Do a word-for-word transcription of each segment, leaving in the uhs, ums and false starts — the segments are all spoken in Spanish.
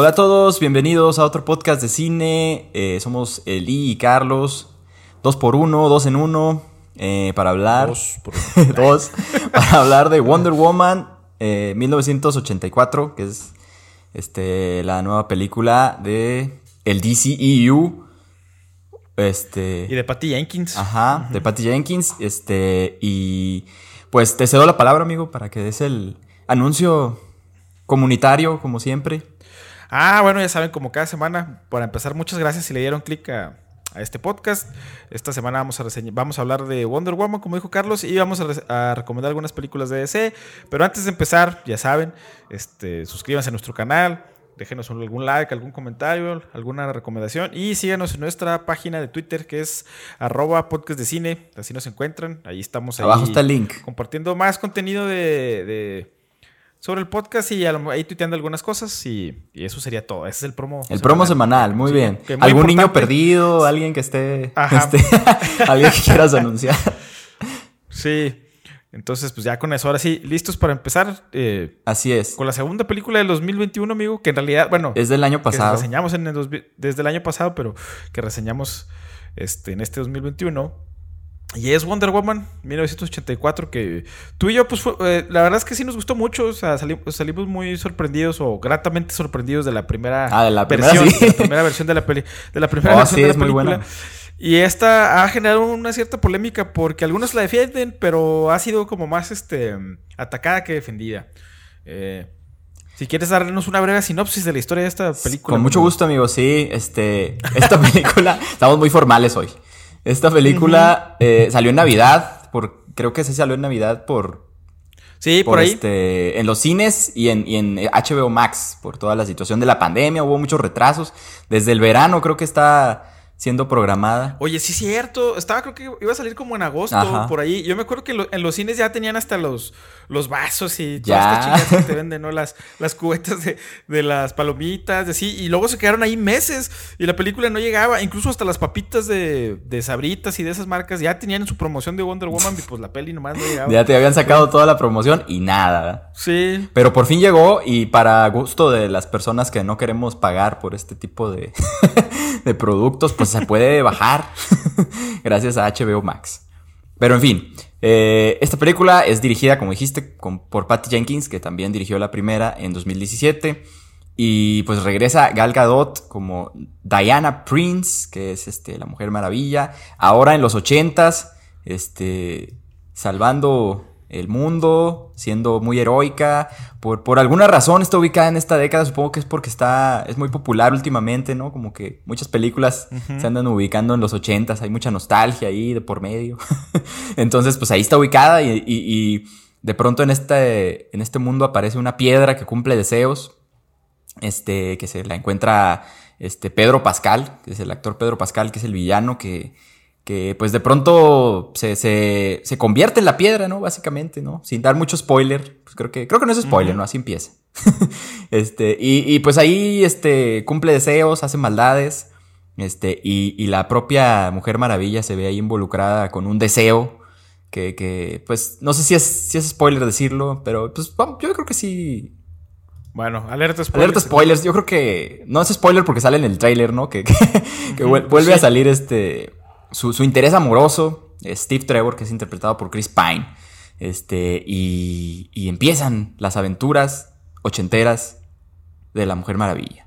Hola a todos, bienvenidos a otro podcast de cine. Eh, somos Eli y Carlos. Dos por uno, dos en uno. Eh, para hablar. Dos por uno. dos. Para hablar de Wonder Woman eh, mil novecientos ochenta y cuatro, que es este, la nueva película de el D C E U. Este. Y de Patty Jenkins. Ajá, uh-huh. de Patty Jenkins. Este. Y pues te cedo la palabra, amigo, para que des el anuncio comunitario, como siempre. Ah, bueno, ya saben, como cada semana, para empezar, muchas gracias si le dieron clic a, a este podcast. Esta semana vamos a reseñar, vamos a hablar de Wonder Woman, como dijo Carlos, y vamos a, re- a recomendar algunas películas de D C. Pero antes de empezar, ya saben, este, suscríbanse a nuestro canal, déjenos algún like, algún comentario, alguna recomendación, y síganos en nuestra página de Twitter, que es arroba podcast de cine. Así nos encuentran, ahí estamos. Ahí abajo está el link, compartiendo más contenido de... de sobre el podcast y ahí tuiteando algunas cosas y, y eso sería todo. Ese es el promo El semanal. promo semanal, muy sí, bien. Muy ¿Algún importante. niño perdido? ¿Alguien que esté... esté alguien que quieras anunciar? Sí. Entonces, pues ya con eso. Ahora sí, listos para empezar. Eh, Así es. Con la segunda película del dos mil veintiuno, amigo, que en realidad, bueno... Es del año pasado. Que reseñamos en el dos, desde el año pasado, pero que reseñamos este, en este dos mil veintiuno. Y es Wonder Woman mil novecientos ochenta y cuatro, que tú y yo, pues, fue, eh, la verdad es que sí nos gustó mucho. O sea, salimos, salimos muy sorprendidos o gratamente sorprendidos de la primera, ah, de la primera versión. Sí. De la primera versión de la peli, de la primera oh, versión sí, de la es muy película. buena. Y esta ha generado una cierta polémica porque algunos la defienden, pero ha sido como más este, atacada que defendida. Eh, si quieres darnos una breve sinopsis de la historia de esta película. Con mucho gusto, amigo. Sí, este, esta película... Estamos muy formales hoy. Esta película uh-huh. eh, salió en Navidad, por, creo que sí salió en Navidad por... Sí, por, por ahí. Este, en los cines y en, y en H B O Max, por toda la situación de la pandemia, hubo muchos retrasos. Desde el verano creo que está siendo programada. Oye, sí es cierto. Estaba, creo que iba a salir como en agosto, Ajá. por ahí. Yo me acuerdo que lo, en los cines ya tenían hasta los, los vasos y todas estas chingadas que te venden, ¿no? Las, las cubetas de, de las palomitas, de sí. Y luego se quedaron ahí meses y la película no llegaba. Incluso hasta las papitas de, de Sabritas y de esas marcas ya tenían en su promoción de Wonder Woman y pues la peli nomás no llegaba. Ya te habían sacado toda la promoción y nada. Sí. Pero por fin llegó y para gusto de las personas que no queremos pagar por este tipo de, de productos, pues se puede bajar gracias a H B O Max. Pero en fin, eh, esta película es dirigida, como dijiste, con, por Patty Jenkins, que también dirigió la primera en dos mil diecisiete. Y pues regresa Gal Gadot como Diana Prince, que es este, la Mujer Maravilla. Ahora en los ochentas, este, salvando el mundo, siendo muy heroica. Por, por alguna razón está ubicada en esta década. Supongo que es porque está es muy popular últimamente, ¿no? Como que muchas películas uh-huh. se andan ubicando en los ochentas. Hay mucha nostalgia ahí de por medio. Entonces, pues ahí está ubicada y, y, y de pronto en este, en este mundo aparece una piedra que cumple deseos. Este, que se la encuentra este, Pedro Pascal, que es el actor Pedro Pascal, que es el villano que... que pues de pronto se, se, se convierte en la piedra, ¿no? Básicamente, ¿no? Sin dar mucho spoiler. Pues creo que, creo que no es spoiler, uh-huh. ¿no? Así empieza. este, y, y pues ahí este, cumple deseos, hace maldades. Este, y, y la propia Mujer Maravilla se ve ahí involucrada con un deseo. Que, que pues, no sé si es, si es spoiler decirlo, pero pues yo creo que sí. Bueno, alerta spoilers. Alerta spoilers. Yo creo que no es spoiler porque sale en el tráiler, ¿no? Que, que, uh-huh. que vuelve sí. a salir este... Su, su interés amoroso, Steve Trevor, que es interpretado por Chris Pine. Este, y, y empiezan las aventuras ochenteras de la Mujer Maravilla.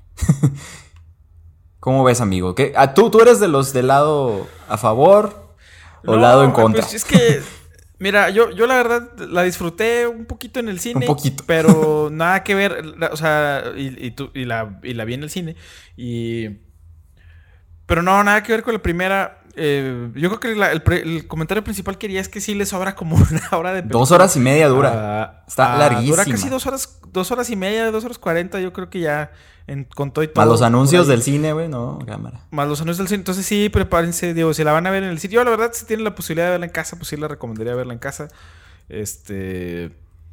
¿Cómo ves, amigo? ¿Qué, a, ¿tú, ¿Tú eres de los del lado a favor o no, lado en contra? Pues es que, mira, yo, yo la verdad la disfruté un poquito en el cine. Un poquito. Pero nada que ver, o sea, y, y, tú, y, la, y la vi en el cine. Y... Pero no, nada que ver con la primera. Eh, yo creo que la, el, pre, el comentario principal que quería es que sí le sobra como una hora de película. Dos horas y media dura. Uh, Está uh, larguísima. Dura casi dos horas, dos horas y media, dos horas cuarenta. Yo creo que ya en, con todo y todo. Más los anuncios del cine, güey, no, cámara. Más los anuncios del cine. Entonces sí, prepárense, digo, si la van a ver en el cine. Yo la verdad, si tienen la posibilidad de verla en casa, pues sí la recomendaría verla en casa. Este...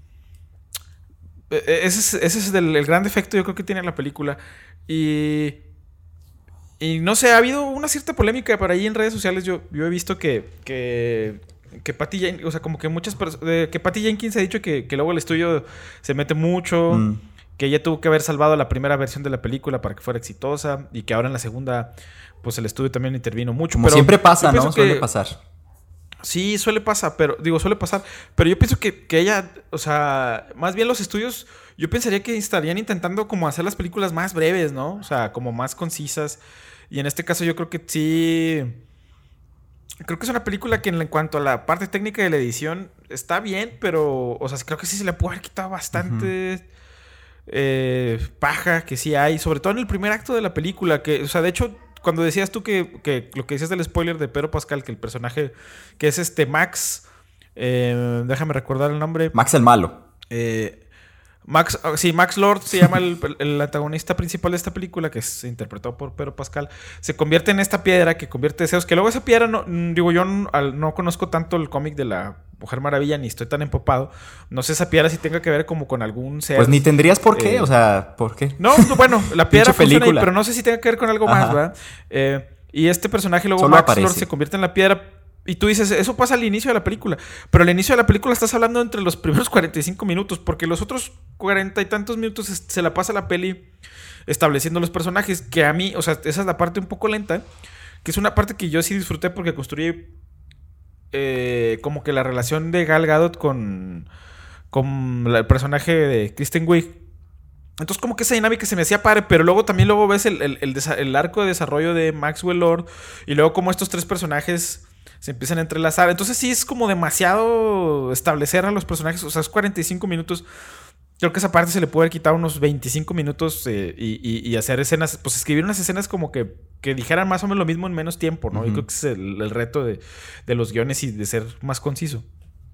Ese es, ese es el, el gran defecto yo creo que tiene la película. Y... Y no sé, ha habido una cierta polémica por ahí en redes sociales. Yo, yo he visto que, que, que Patty Jenkins, o sea, como que muchas personas, que Patty Jenkins ha dicho que, que luego el estudio se mete mucho, mm. que ella tuvo que haber salvado la primera versión de la película para que fuera exitosa y que ahora en la segunda, pues el estudio también intervino mucho. Como pero siempre pasa, ¿no? Que, suele pasar. Sí, suele pasar, pero digo, suele pasar. Pero yo pienso que, que ella, o sea, más bien los estudios, yo pensaría que estarían intentando como hacer las películas más breves, ¿no? O sea, como más concisas. Y en este caso yo creo que sí... Creo que es una película que en cuanto a la parte técnica de la edición está bien, pero, o sea, creo que sí se le puede haber quitado bastante uh-huh. eh, paja que sí hay, sobre todo en el primer acto de la película, que, o sea, de hecho, cuando decías tú que, que lo que decías del spoiler de Pedro Pascal, que el personaje que es este Max, eh, déjame recordar el nombre. Max el malo. Eh, Max, sí, Max Lord se llama el, el antagonista principal de esta película, que se interpretó por Pedro Pascal. Se convierte en esta piedra que convierte deseos. Que luego esa piedra, no, digo, yo no, no conozco tanto el cómic de la Mujer Maravilla, ni estoy tan empapado. No sé esa piedra si tenga que ver como con algún ser. Pues ni tendrías por qué, eh, o sea, ¿por qué? No, bueno, la piedra funciona ahí, pero no sé si tenga que ver con algo Ajá. más, ¿verdad? Eh, y este personaje, luego Solo Max aparece. Lord, se convierte en la piedra. Y tú dices, eso pasa al inicio de la película. Pero al inicio de la película estás hablando entre los primeros cuarenta y cinco minutos. Porque los otros cuarenta y tantos minutos se la pasa la peli estableciendo los personajes. Que a mí, o sea, esa es la parte un poco lenta. Que es una parte que yo sí disfruté porque construí eh, como que la relación de Gal Gadot con, con el personaje de Kristen Wiig. Entonces como que esa dinámica se me hacía padre, pero luego también luego ves el, el, el, el arco de desarrollo de Maxwell Lord. Y luego como estos tres personajes se empiezan a entrelazar. Entonces sí es como demasiado establecer a los personajes. O sea, es cuarenta y cinco minutos. Creo que esa parte se le puede quitar unos veinticinco minutos eh, y, y, y hacer escenas. Pues escribir unas escenas como que, que dijeran más o menos lo mismo en menos tiempo, ¿no? Uh-huh. Y creo que es el, el reto de, de los guiones y de ser más conciso.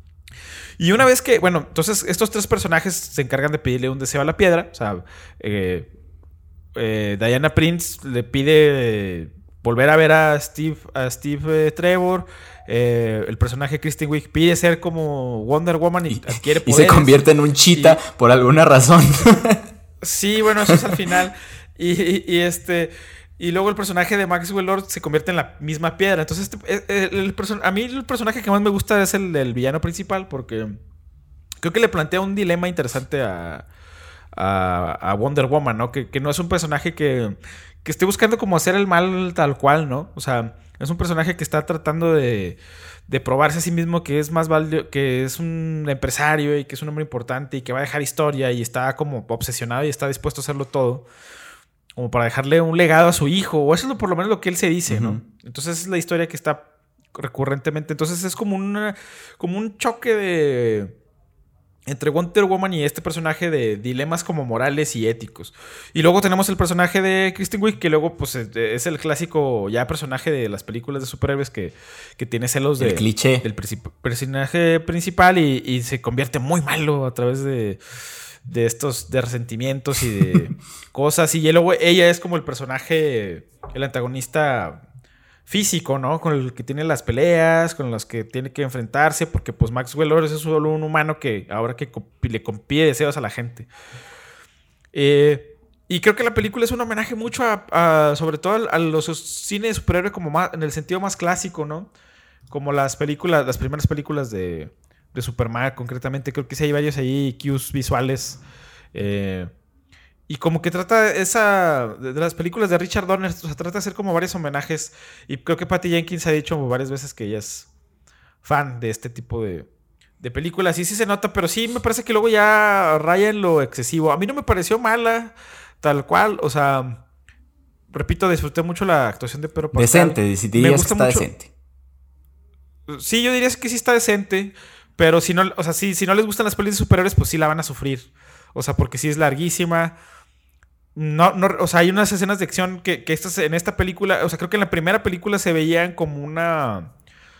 Y una vez que, bueno, entonces estos tres personajes se encargan de pedirle un deseo a la piedra. O sea, eh, eh, Diana Prince le pide... volver a ver a Steve, a Steve eh, Trevor. Eh, el personaje Kristen Wiig pide ser como Wonder Woman y, y adquiere poderes. Y se convierte en un chita y, por alguna razón. Sí, bueno, eso es al final. Y, y, y este... Y luego el personaje de Maxwell Lord se convierte en la misma piedra. Entonces, este, el, el person- a mí el personaje que más me gusta es el del villano principal, porque creo que le plantea un dilema interesante a, a, a Wonder Woman, ¿no? Que, que no es un personaje que, que esté buscando como hacer el mal tal cual, ¿no? O sea, es un personaje que está tratando de, de probarse a sí mismo que es más valioso, que es un empresario y que es un hombre importante y que va a dejar historia y está como obsesionado y está dispuesto a hacerlo todo. Como para dejarle un legado a su hijo. O eso es lo, por lo menos lo que él se dice, uh-huh. ¿no? Entonces es la historia que está recurrentemente. Entonces es como, una, como un choque de... entre Wonder Woman y este personaje de dilemas como morales y éticos. Y luego tenemos el personaje de Kristen Wiig, que luego pues es el clásico ya personaje de las películas de superhéroes que, que tiene celos de, el cliché del princip- personaje principal y, y se convierte muy malo a través de... de estos de resentimientos y de cosas. Y luego ella es como el personaje, el antagonista físico, ¿no? Con el que tiene las peleas, con los que tiene que enfrentarse, porque pues Maxwell Lord es solo un humano que ahora que le pide deseos a la gente. Eh, y creo que la película es un homenaje mucho a, a sobre todo a, a los cines de superhéroe como más, en el sentido más clásico, ¿no? Como las películas, las primeras películas de de Superman, concretamente. Creo que sí hay varios ahí cues visuales. Eh, y como que trata esa... De, de las películas de Richard Donner, o sea, trata de hacer como varios homenajes. Y creo que Patty Jenkins ha dicho varias veces que ella es fan de este tipo de, de películas. Y sí se nota, pero sí me parece que luego ya raya en lo excesivo. A mí no me pareció mala, tal cual. O sea, repito, disfruté mucho la actuación de Pedro Pascal. Decente, si dirías que está mucho. Decente. Sí, yo diría que sí está decente. Pero si no, o sea, si, si no les gustan las películas de superhéroes, pues sí la van a sufrir. O sea, porque sí es larguísima. No, no, o sea, hay unas escenas de acción que, que estas, en esta película, o sea, creo que en la primera película se veían como una...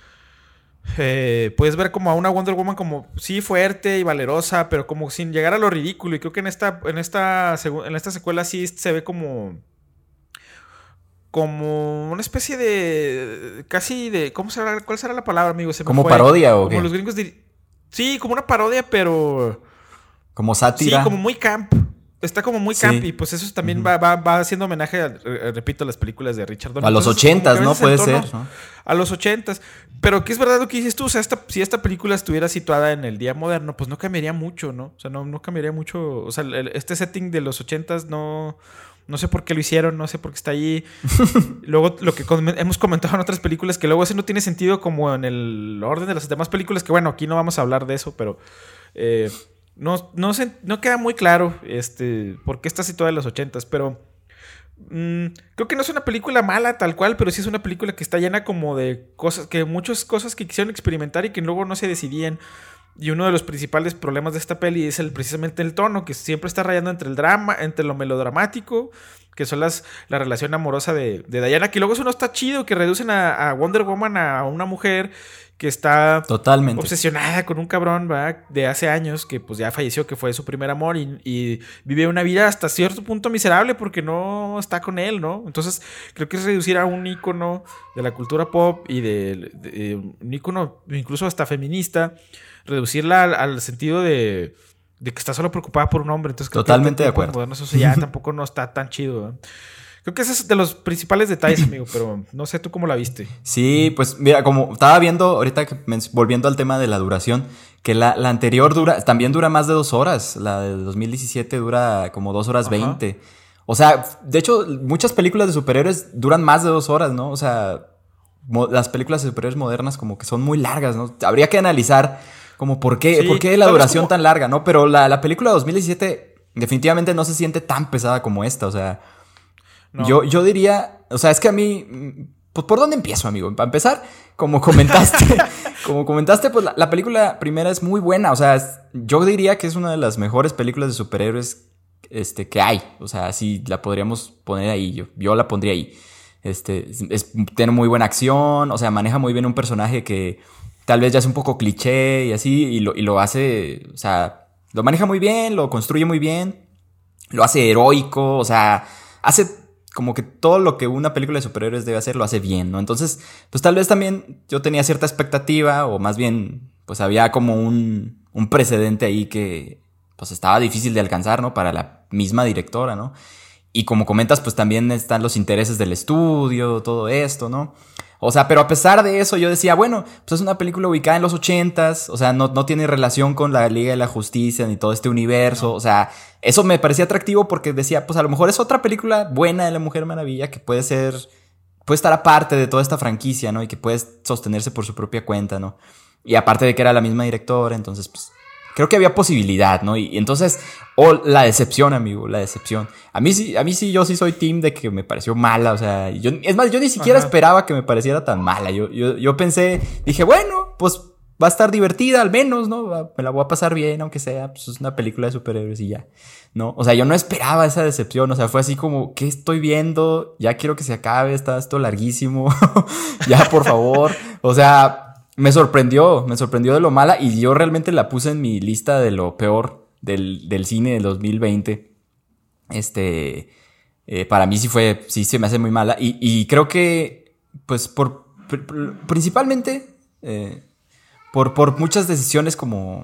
Eh, puedes ver como a una Wonder Woman como, sí, fuerte y valerosa, pero como sin llegar a lo ridículo. Y creo que en esta, en esta, en esta secuela sí se ve como... Como una especie de... Casi de... ¿Cómo será? ¿Cuál será la palabra, amigo? Se me ¿Como fue. parodia o como qué? Como los gringos dir... Sí, como una parodia, pero... Como sátira. Sí, como muy camp. Está como muy Sí. campi, pues eso también uh-huh. va, va, va haciendo homenaje, a, eh, repito, a las películas de Richard Donner. A los ochentas, ¿no? Puede ser, ¿no? A los ochentas. Pero que es verdad lo que dices tú, o sea, esta, si esta película estuviera situada en el día moderno, pues no cambiaría mucho, ¿no? O sea, no, no cambiaría mucho. O sea, el, este setting de los ochentas no... No sé por qué lo hicieron, no sé por qué está allí. Luego, lo que com- hemos comentado en otras películas, que luego eso no tiene sentido como en el orden de las demás películas, que bueno, aquí no vamos a hablar de eso, pero eh, no, no, se, no queda muy claro este, por qué está situada en los ochentas, pero mmm, creo que no es una película mala tal cual, pero sí es una película que está llena como de cosas, que muchas cosas que quisieron experimentar y que luego no se decidían. Y uno de los principales problemas de esta peli es el, precisamente el tono, que siempre está rayando entre el drama, entre lo melodramático, que son las la relación amorosa de, de Diana, que luego eso no está chido, que reducen a, a Wonder Woman a una mujer que está totalmente obsesionada con un cabrón, ¿verdad? De hace años, que pues ya falleció, que fue su primer amor, y, y vive una vida hasta cierto punto miserable porque no está con él, ¿no? Entonces creo que es reducir a un ícono de la cultura pop y de, de, de un ícono incluso hasta feminista, reducirla al, al sentido de, de que está solo preocupada por un hombre. Entonces creo totalmente que de acuerdo. Modernos, eso ya tampoco no está tan chido, ¿eh? Creo que ese es de los principales detalles, amigo, pero no sé tú cómo la viste. Sí, pues mira, como estaba viendo ahorita, que me, volviendo al tema de la duración, que la, la anterior dura, también dura más de dos horas. La de dos mil diecisiete dura como dos horas veinte. O sea, de hecho, muchas películas de superhéroes duran más de dos horas, ¿no? O sea, mo- las películas de superhéroes modernas como que son muy largas, ¿no? Habría que analizar como por qué, Sí, por qué la duración como... tan larga, ¿no? Pero la, la película de dos mil diecisiete definitivamente no se siente tan pesada como esta, o sea... No. Yo, yo diría, o sea, es que a mí, pues, ¿por dónde empiezo, amigo? Para empezar, como comentaste, como comentaste, pues la, la película primera es muy buena, o sea, es, yo diría que es una de las mejores películas de superhéroes este, que hay, o sea, sí la podríamos poner ahí, yo, yo la pondría ahí. Este, es, es, tiene muy buena acción, o sea, maneja muy bien un personaje que tal vez ya es un poco cliché y así, y lo, y lo hace, o sea, lo maneja muy bien, lo construye muy bien, lo hace heroico, o sea, hace... como que todo lo que una película de superhéroes debe hacer lo hace bien, ¿no? Entonces, pues tal vez también yo tenía cierta expectativa, o más bien, pues había como un, un precedente ahí que pues estaba difícil de alcanzar, ¿no? Para la misma directora, ¿no? Y como comentas, pues también están los intereses del estudio, todo esto, ¿no? O sea, pero a pesar de eso yo decía, bueno, pues es una película ubicada en los ochentas, o sea, no, no tiene relación con la Liga de la Justicia ni todo este universo, no. O sea, eso me parecía atractivo porque decía, pues a lo mejor es otra película buena de la Mujer Maravilla que puede ser, puede estar aparte de toda esta franquicia, ¿no? Y que puede sostenerse por su propia cuenta, ¿no? Y aparte de que era la misma directora, entonces, pues... creo que había posibilidad, ¿no? Y, y entonces, o oh, la decepción, amigo, la decepción. A mí sí, a mí sí, yo sí soy team de que me pareció mala, o sea, yo, es más, yo ni siquiera Ajá. esperaba que me pareciera tan mala. Yo, yo, yo pensé, dije, bueno, pues va a estar divertida al menos, ¿no? Me la voy a pasar bien, aunque sea, pues es una película de superhéroes y ya, ¿no? O sea, yo no esperaba esa decepción, o sea, fue así como, ¿qué estoy viendo? Ya quiero que se acabe, está esto larguísimo, ya, por favor, o sea... Me sorprendió, me sorprendió de lo mala y yo realmente la puse en mi lista de lo peor del, del cine del dos mil veinte. Este, eh, para mí sí fue, sí se me hace muy mala y, y creo que, pues, por, pr- principalmente, eh, por, por muchas decisiones como,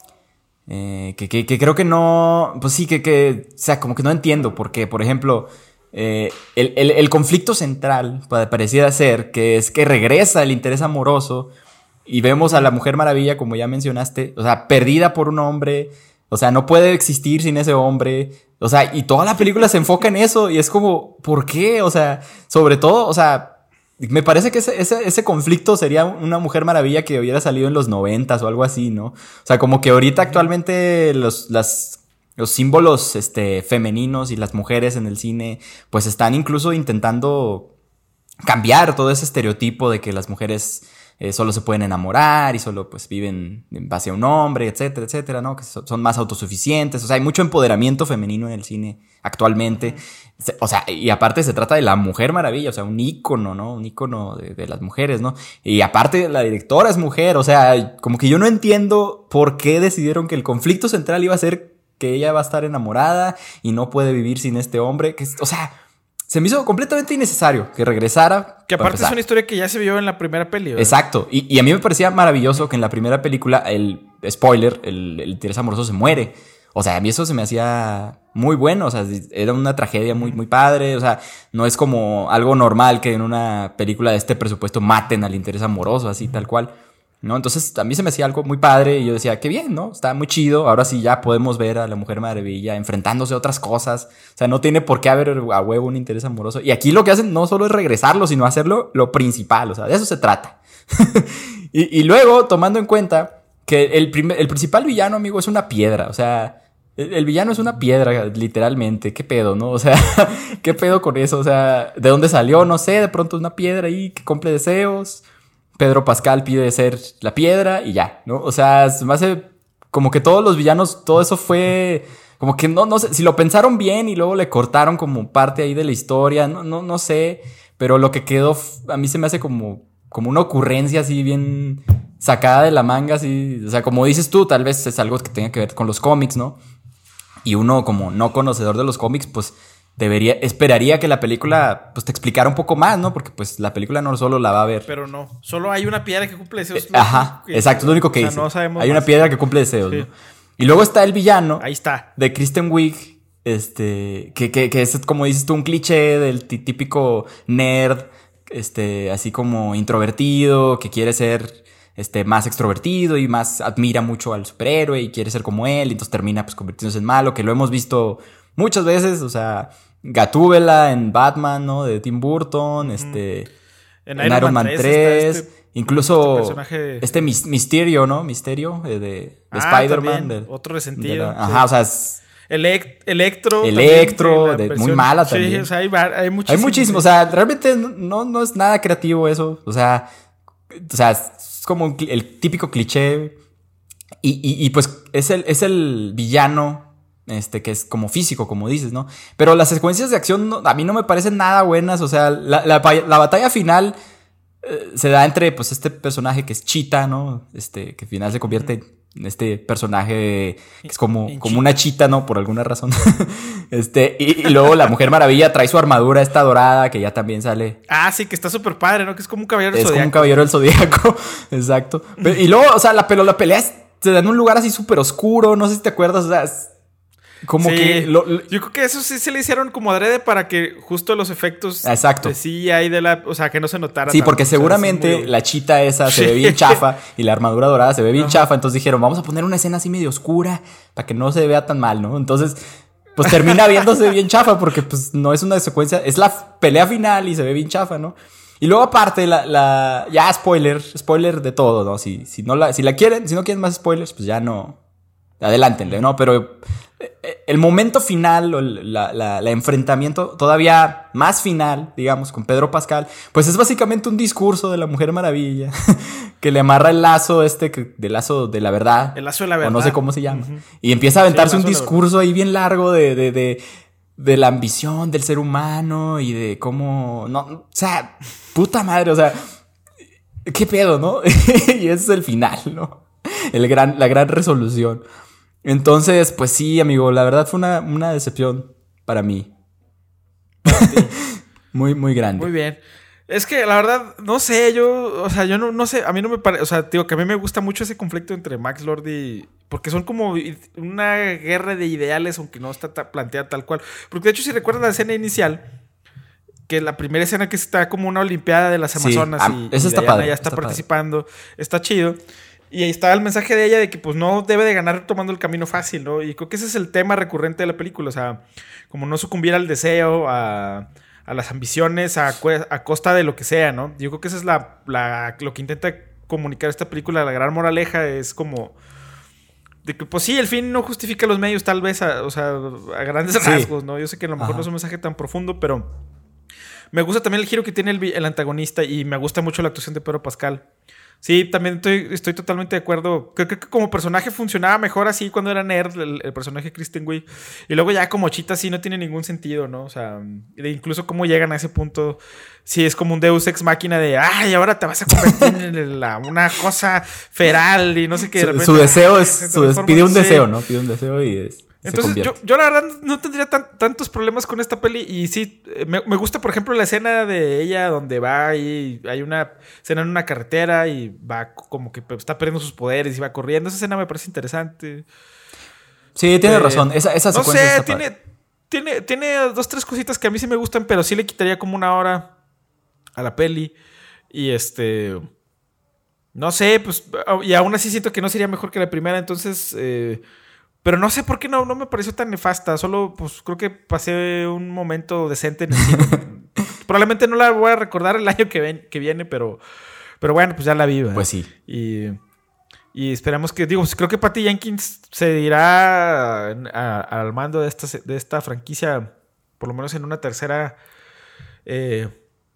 eh, que, que, que creo que no, pues sí, que, que, o sea, como que no entiendo porque, por ejemplo... Eh, el, el, el conflicto central pareciera ser que es que regresa el interés amoroso y vemos a la Mujer Maravilla, como ya mencionaste, o sea, perdida por un hombre, o sea, no puede existir sin ese hombre, o sea, y toda la película se enfoca en eso y es como, ¿por qué? O sea, sobre todo, o sea, me parece que ese, ese, ese conflicto sería una Mujer Maravilla que hubiera salido en los noventas o algo así, ¿no? O sea, como que ahorita actualmente los, las... los símbolos este, femeninos y las mujeres en el cine, pues están incluso intentando cambiar todo ese estereotipo de que las mujeres eh, solo se pueden enamorar y solo pues viven en base a un hombre, etcétera, etcétera, ¿no? Que son más autosuficientes. O sea, hay mucho empoderamiento femenino en el cine actualmente. O sea, y aparte se trata de la Mujer Maravilla, o sea, un ícono, ¿no? Un ícono de, de las mujeres, ¿no? Y aparte la directora es mujer, o sea, como que yo no entiendo por qué decidieron que el conflicto central iba a ser que ella va a estar enamorada y no puede vivir sin este hombre. Que, o sea, se me hizo completamente innecesario que regresara. Que aparte es una historia que ya se vio en la primera peli, ¿verdad? Exacto. Y, y a mí me parecía maravilloso que en la primera película el spoiler, el, el interés amoroso se muere. O sea, a mí eso se me hacía muy bueno, o sea, era una tragedia muy, muy padre, o sea, no es como algo normal que en una película de este presupuesto maten al interés amoroso, así tal cual, ¿no? Entonces a mí se me hacía algo muy padre y yo decía, qué bien, ¿no? Está muy chido, ahora sí ya podemos ver a la Mujer Maravilla enfrentándose a otras cosas, o sea, no tiene por qué haber a huevo un interés amoroso. Y aquí lo que hacen no solo es regresarlo, sino hacerlo lo principal, o sea, de eso se trata. y, y luego, tomando en cuenta que el, primer, el principal villano, amigo, es una piedra, o sea... El villano es una piedra, literalmente. ¿Qué pedo, no? O sea, ¿qué pedo con eso? O sea, ¿de dónde salió? No sé, de pronto es una piedra ahí que cumple deseos. Pedro Pascal pide ser la piedra y ya, ¿no? O sea, se me hace como que todos los villanos, todo eso fue... Como que no, no sé, si lo pensaron bien y luego le cortaron como parte ahí de la historia, no, no, no sé. Pero lo que quedó, a mí se me hace como, como una ocurrencia así bien sacada de la manga, así. O sea, como dices tú, tal vez es algo que tenga que ver con los cómics, ¿no? Y uno como no conocedor de los cómics, pues debería, esperaría que la película pues te explicara un poco más, ¿no? Porque pues la película no solo la va a ver. Pero no, solo hay una piedra que cumple deseos. Eh, ajá, que, exacto, es lo único que dice. O sea, no sabemos hay más. Una piedra que cumple deseos, sí. ¿No? Y luego está el villano. Ahí está. De Kristen Wiig, este, que, que, que es como dices tú, un cliché del t- típico nerd, este, así como introvertido, que quiere ser... Este, más extrovertido y más admira mucho al superhéroe y quiere ser como él, y entonces termina pues convirtiéndose en malo, que lo hemos visto muchas veces, o sea, Gatúbela en Batman, ¿no? De Tim Burton, este, en, en Iron, Iron Man, Man tres, este, incluso este, personaje... este Misterio, ¿no? Misterio eh, de, de ah, Spider-Man. De, otro resentido. De la, ajá, sí. O sea, es... Elect- Electro. Electro, también, de, muy mala también. Sí, o sea, hay, hay muchísimo. Hay muchísimo, o sea, realmente no, no es nada creativo eso, o sea, o sea, es como un, el típico cliché y, y, y pues es el, es el villano este, que es como físico, como dices, ¿no? Pero las secuencias de acción no, a mí no me parecen nada buenas, o sea, la, la, la batalla final eh, se da entre pues este personaje que es Cheetah, ¿no? Este, que al final se convierte en este personaje que es como, como una chita, ¿no? Por alguna razón. este, y, y luego la Mujer Maravilla trae su armadura esta dorada que ya también sale. Ah, sí, que está súper padre, ¿no? Que es como un caballero del zodiaco. Es como un caballero del zodiaco. Exacto. Pero, y luego, o sea, la, pero la pelea es, se da en un lugar así súper oscuro, no sé si te acuerdas, o sea, es como sí, que... Lo, lo... Yo creo que eso sí se le hicieron como adrede para que justo los efectos... Exacto. De sí hay de la... O sea, que no se notara Sí, tanto, porque seguramente o sea, muy... la chita esa se ve bien chafa y la armadura dorada se ve bien Ajá. chafa, entonces dijeron, vamos a poner una escena así medio oscura para que no se vea tan mal, ¿no? Entonces, pues termina viéndose bien chafa porque pues no es una secuencia, es la pelea final y se ve bien chafa, ¿no? Y luego aparte, la, la ya spoiler, spoiler de todo, ¿no? Si, si, no la, si la quieren, si no quieren más spoilers, pues ya no... Adelántenle, ¿no? Pero el momento final, o la, la, la enfrentamiento todavía más final, digamos, con Pedro Pascal, pues es básicamente un discurso de la Mujer Maravilla que le amarra el lazo este, del lazo de la verdad. El lazo de la verdad. O no sé cómo se llama. Uh-huh. Y empieza a aventarse sí, un discurso ahí bien largo de, de, de, de la ambición del ser humano y de cómo... No, o sea, puta madre, o sea, qué pedo, ¿no? Y ese es el final, ¿no? El gran, la gran resolución. Entonces, pues sí, amigo, la verdad fue una, una decepción para mí. muy, muy grande. Muy bien. Es que la verdad, no sé, yo, o sea, yo no, no sé, a mí no me parece, o sea, digo que a mí me gusta mucho ese conflicto entre Max Lord y... Porque son como una guerra de ideales, aunque no está ta- planteada tal cual. Porque de hecho, si recuerdan la escena inicial, que la primera escena que está como una olimpiada de las Amazonas sí, y, y está Diana padre, ya está, está participando, padre. Está chido. Y ahí está el mensaje de ella de que pues no debe de ganar tomando el camino fácil, ¿no? Y creo que ese es el tema recurrente de la película, o sea, como no sucumbir al deseo, a, a las ambiciones, a, a costa de lo que sea, ¿no? Yo creo que esa es la, la, lo que intenta comunicar esta película, la gran moraleja es como... De que, pues sí, el fin no justifica los medios, tal vez, a, o sea, a grandes sí. rasgos, ¿no? Yo sé que a lo mejor Ajá. no es un mensaje tan profundo, pero... Me gusta también el giro que tiene el, el antagonista y me gusta mucho la actuación de Pedro Pascal. Sí, también estoy, estoy totalmente de acuerdo. Creo, creo que como personaje funcionaba mejor así cuando era nerd, el, el personaje Kristen Wiig. Y luego ya como Chita sí no tiene ningún sentido, ¿no? O sea, incluso cómo llegan a ese punto. Sí, es como un Deus Ex Máquina de ay, ahora te vas a convertir en la, una cosa feral y no sé qué. Su, de repente, su deseo es, su, forma, pide un sí. deseo, ¿no? Pide un deseo y es... Entonces yo, yo la verdad no tendría tan, tantos problemas con esta peli. Y sí, me, me gusta por ejemplo la escena de ella donde va y hay una escena en una carretera y va como que está perdiendo sus poderes y va corriendo. Esa escena me parece interesante. Sí, tienes Eh, razón. Esa, esa No secuencia sé, está tiene, padre. tiene, tiene dos, tres cositas que a mí sí me gustan, pero sí le quitaría como una hora a la peli. Y este... No sé, pues... Y aún así siento que no sería mejor que la primera, entonces... Eh, pero no sé por qué no, no me pareció tan nefasta. Solo, pues, creo que pasé un momento decente en el cine. Probablemente no la voy a recordar el año que, ven, que viene, pero... Pero bueno, pues ya la vi, ¿verdad? Pues sí. Y... Y esperamos que, digo, creo que Patty Jenkins se irá a- a- al mando de esta, de esta franquicia, por lo menos en una tercera, eh,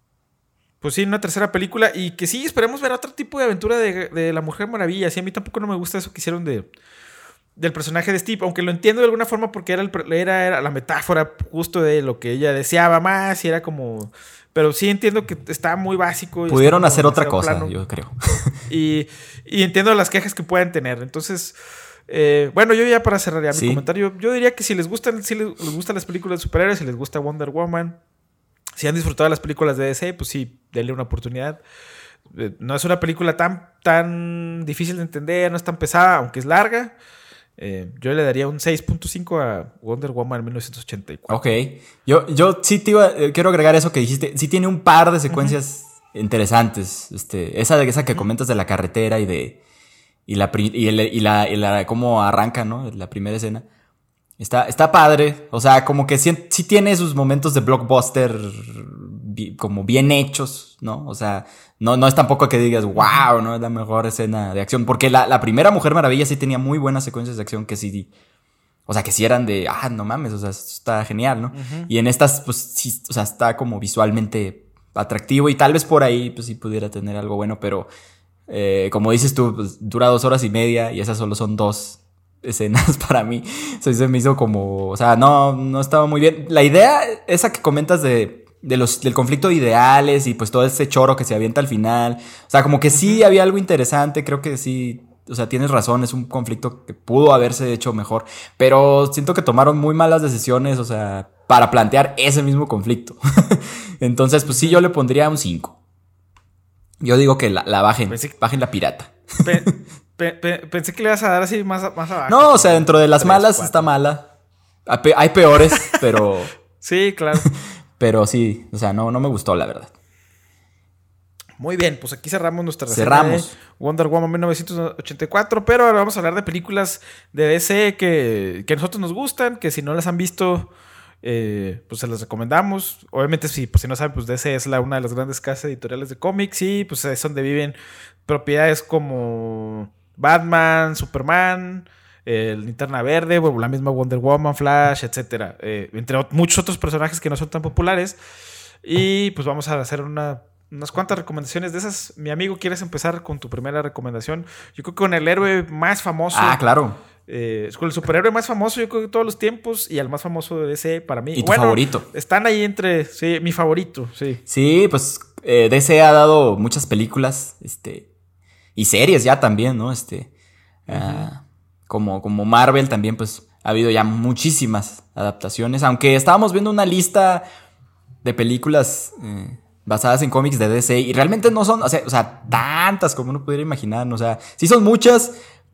pues sí, en una tercera película. Y que sí, esperemos ver otro tipo de aventura de, de la Mujer Maravilla. Sí, a mí tampoco no me gusta eso que hicieron de, del personaje de Steve, aunque lo entiendo de alguna forma porque era, el, era, era la metáfora justo de lo que ella deseaba más y era como... Pero sí entiendo que está muy básico. Y Pudieron está hacer otra demasiado cosa, plano. yo creo. Y, y entiendo las quejas que puedan tener. Entonces, eh, bueno, yo ya para cerrar ya Sí. mi comentario, yo diría que si les gustan, si les, les gustan las películas de superhéroes, si les gusta Wonder Woman, si han disfrutado de las películas de D C, pues sí, denle una oportunidad. Eh, no es una película tan, tan difícil de entender, no es tan pesada, aunque es larga. Eh, yo le daría un seis punto cinco a Wonder Woman mil novecientos ochenta y cuatro. Ok. Yo, yo sí te iba, eh, quiero agregar eso que dijiste. Sí tiene un par de secuencias uh-huh. interesantes. Este, esa, esa que uh-huh. comentas de la carretera y de... Y la, y, el, y, la, y la cómo arranca, ¿no? La primera escena. Está, está padre. O sea, como que sí, sí tiene sus momentos de blockbuster bi, como bien hechos, ¿no? O sea, no, no es tampoco que digas, wow, ¿no? Es la mejor escena de acción. Porque la, la primera Mujer Maravilla sí tenía muy buenas secuencias de acción que sí... O sea, que sí eran de, ah, no mames, o sea, esto está genial, ¿no? Uh-huh. Y en estas, pues sí, o sea, está como visualmente atractivo y tal vez por ahí, pues sí pudiera tener algo bueno, pero eh, como dices tú, pues dura dos horas y media y esas solo son dos escenas para mí. O sea, se me hizo como, o sea, no, no estaba muy bien. La idea esa que comentas de, de los, del conflicto de ideales y pues todo ese choro que se avienta al final, o sea, como que sí había algo interesante, creo que sí. O sea, tienes razón, es un conflicto que pudo haberse hecho mejor. Pero siento que tomaron muy malas decisiones, o sea, para plantear ese mismo conflicto. Entonces, pues sí, yo le pondría un cinco. Yo digo que la, la bajen, pensé, bajen la pirata. Pe, pe, pe, pensé que le ibas a dar así más, más abajo. No, o sea, dentro de las tres, malas cuatro. Está mala. Hay peores, pero... Sí, claro. Pero sí, o sea, no, no me gustó, la verdad. Muy bien, pues aquí cerramos nuestra cerramos. De Wonder Woman mil novecientos ochenta y cuatro, pero ahora vamos a hablar de películas de D C que, que a nosotros nos gustan, que si no las han visto, eh, pues se las recomendamos. Obviamente, sí, pues si no saben, pues D C es la, una de las grandes casas editoriales de cómics y pues es donde viven propiedades como Batman, Superman, el Linterna Verde, la misma Wonder Woman, Flash, etcétera, eh, entre muchos otros personajes que no son tan populares. Y pues vamos a hacer una... unas cuantas recomendaciones de esas. Mi amigo, ¿quieres empezar con tu primera recomendación? Yo creo que con el héroe más famoso. Ah, claro. Eh, con el superhéroe más famoso, yo creo que de todos los tiempos y el más famoso de D C para mí. ¿Y tu bueno, favorito? Están ahí entre, sí, mi favorito, sí. Sí, pues eh, D C ha dado muchas películas, este, y series ya también, ¿no? Este, uh-huh. uh, como, como Marvel también, pues ha habido ya muchísimas adaptaciones, aunque estábamos viendo una lista de películas eh, basadas en cómics de D C y realmente no son, o sea, o sea, tantas como uno pudiera imaginar, o sea, sí son muchas,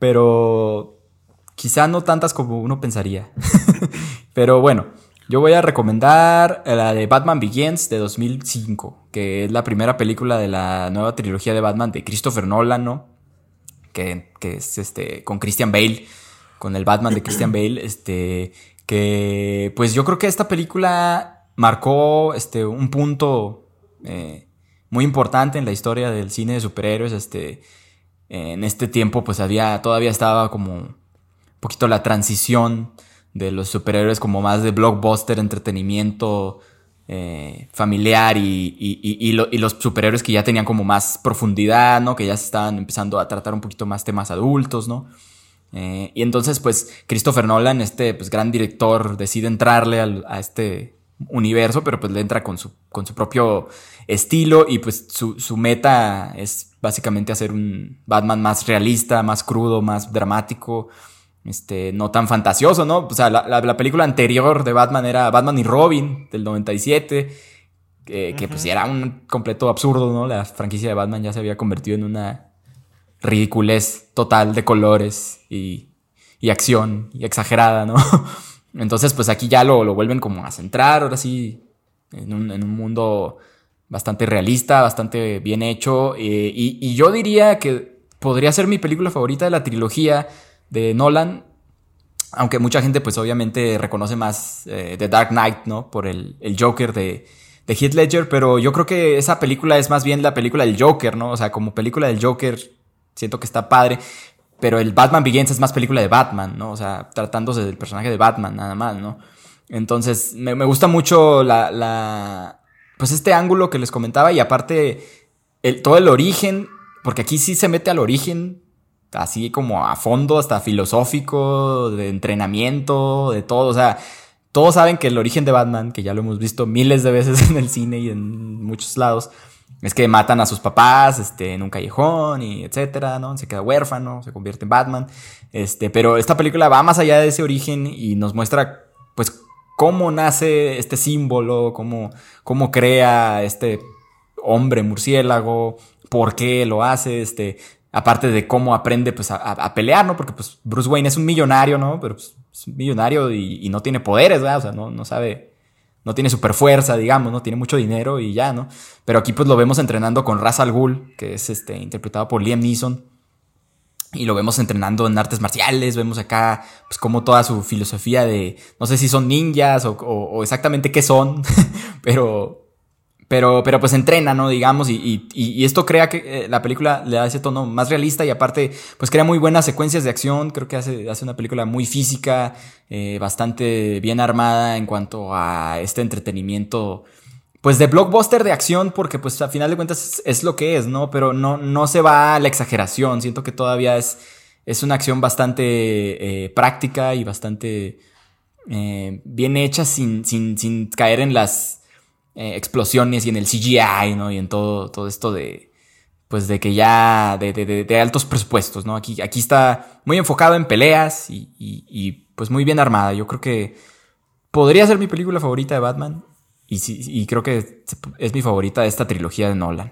pero quizá no tantas como uno pensaría. Pero bueno, yo voy a recomendar la de Batman Begins de dos mil cinco, que es la primera película de la nueva trilogía de Batman de Christopher Nolan, ¿no? Que, que es este con Christian Bale, con el Batman de Christian Bale, este, que pues yo creo que esta película marcó este un punto eh, muy importante en la historia del cine de superhéroes. Este, en este tiempo pues había, todavía estaba como un poquito la transición de los superhéroes como más de blockbuster, entretenimiento eh, familiar y, y, y, y, lo, y los superhéroes que ya tenían como más profundidad, ¿no? Que ya se estaban empezando a tratar un poquito más temas adultos, ¿no? Eh, y entonces pues Christopher Nolan, este pues gran director, decide entrarle al, a este universo, pero pues le entra con su, con su propio estilo y pues su, su meta es básicamente hacer un Batman más realista, más crudo, más dramático, este, no tan fantasioso, ¿no? O sea, la, la, la película anterior de Batman era Batman y Robin del noventa y siete, eh, uh-huh. que pues era un completo absurdo, ¿no? La franquicia de Batman ya se había convertido en una ridiculez total de colores y, y acción y exagerada, ¿no? Entonces, pues aquí ya lo, lo vuelven como a centrar, ahora sí, en un, en un mundo bastante realista, bastante bien hecho. Eh, y, y yo diría que podría ser mi película favorita de la trilogía de Nolan, aunque mucha gente pues obviamente reconoce más eh, The Dark Knight, ¿no? Por el, el Joker de, de Heath Ledger, pero yo creo que esa película es más bien la película del Joker, ¿no? O sea, como película del Joker siento que está padre. Pero el Batman Begins es más película de Batman, ¿no? O sea, tratándose del personaje de Batman nada más, ¿no? Entonces, me, me gusta mucho la, la... Pues este ángulo que les comentaba y aparte el, todo el origen, porque aquí sí se mete al origen, así como a fondo, hasta filosófico, de entrenamiento, de todo. O sea, todos saben que el origen de Batman, que ya lo hemos visto miles de veces en el cine y en muchos lados, es que matan a sus papás este, en un callejón y etcétera, ¿no? Se queda huérfano, se convierte en Batman. Este, pero esta película va más allá de ese origen y nos muestra, pues, cómo nace este símbolo, cómo, cómo crea este hombre murciélago, por qué lo hace, este, aparte de cómo aprende, pues, a, a pelear, ¿no? Porque, pues, Bruce Wayne es un millonario, ¿no? Pero, pues, es un millonario y, y no tiene poderes, ¿verdad? O sea, no, no sabe... No tiene super fuerza, digamos, ¿no? Tiene mucho dinero y ya, ¿no? Pero aquí pues lo vemos entrenando con Ra's al Ghul, que es este, interpretado por Liam Neeson. Y lo vemos entrenando en artes marciales. Vemos acá pues como toda su filosofía de... No sé si son ninjas o, o, o exactamente qué son. pero... Pero, pero pues entrena, ¿no? Digamos, y, y, y esto crea que eh, la película le da ese tono más realista y aparte, pues crea muy buenas secuencias de acción. Creo que hace, hace una película muy física, eh, bastante bien armada en cuanto a este entretenimiento, pues de blockbuster de acción, porque pues a final de cuentas es, es lo que es, ¿no? Pero no, no se va a la exageración. Siento que todavía es, es una acción bastante eh, práctica y bastante eh, bien hecha sin, sin, sin caer en las... Eh, explosiones y en el C G I, ¿no? Y en todo, todo esto de, pues de que ya, de, de, de, de altos presupuestos, ¿no? Aquí, aquí está muy enfocado en peleas y, y, y pues muy bien armada. Yo creo que podría ser mi película favorita de Batman y, y creo que es mi favorita de esta trilogía de Nolan.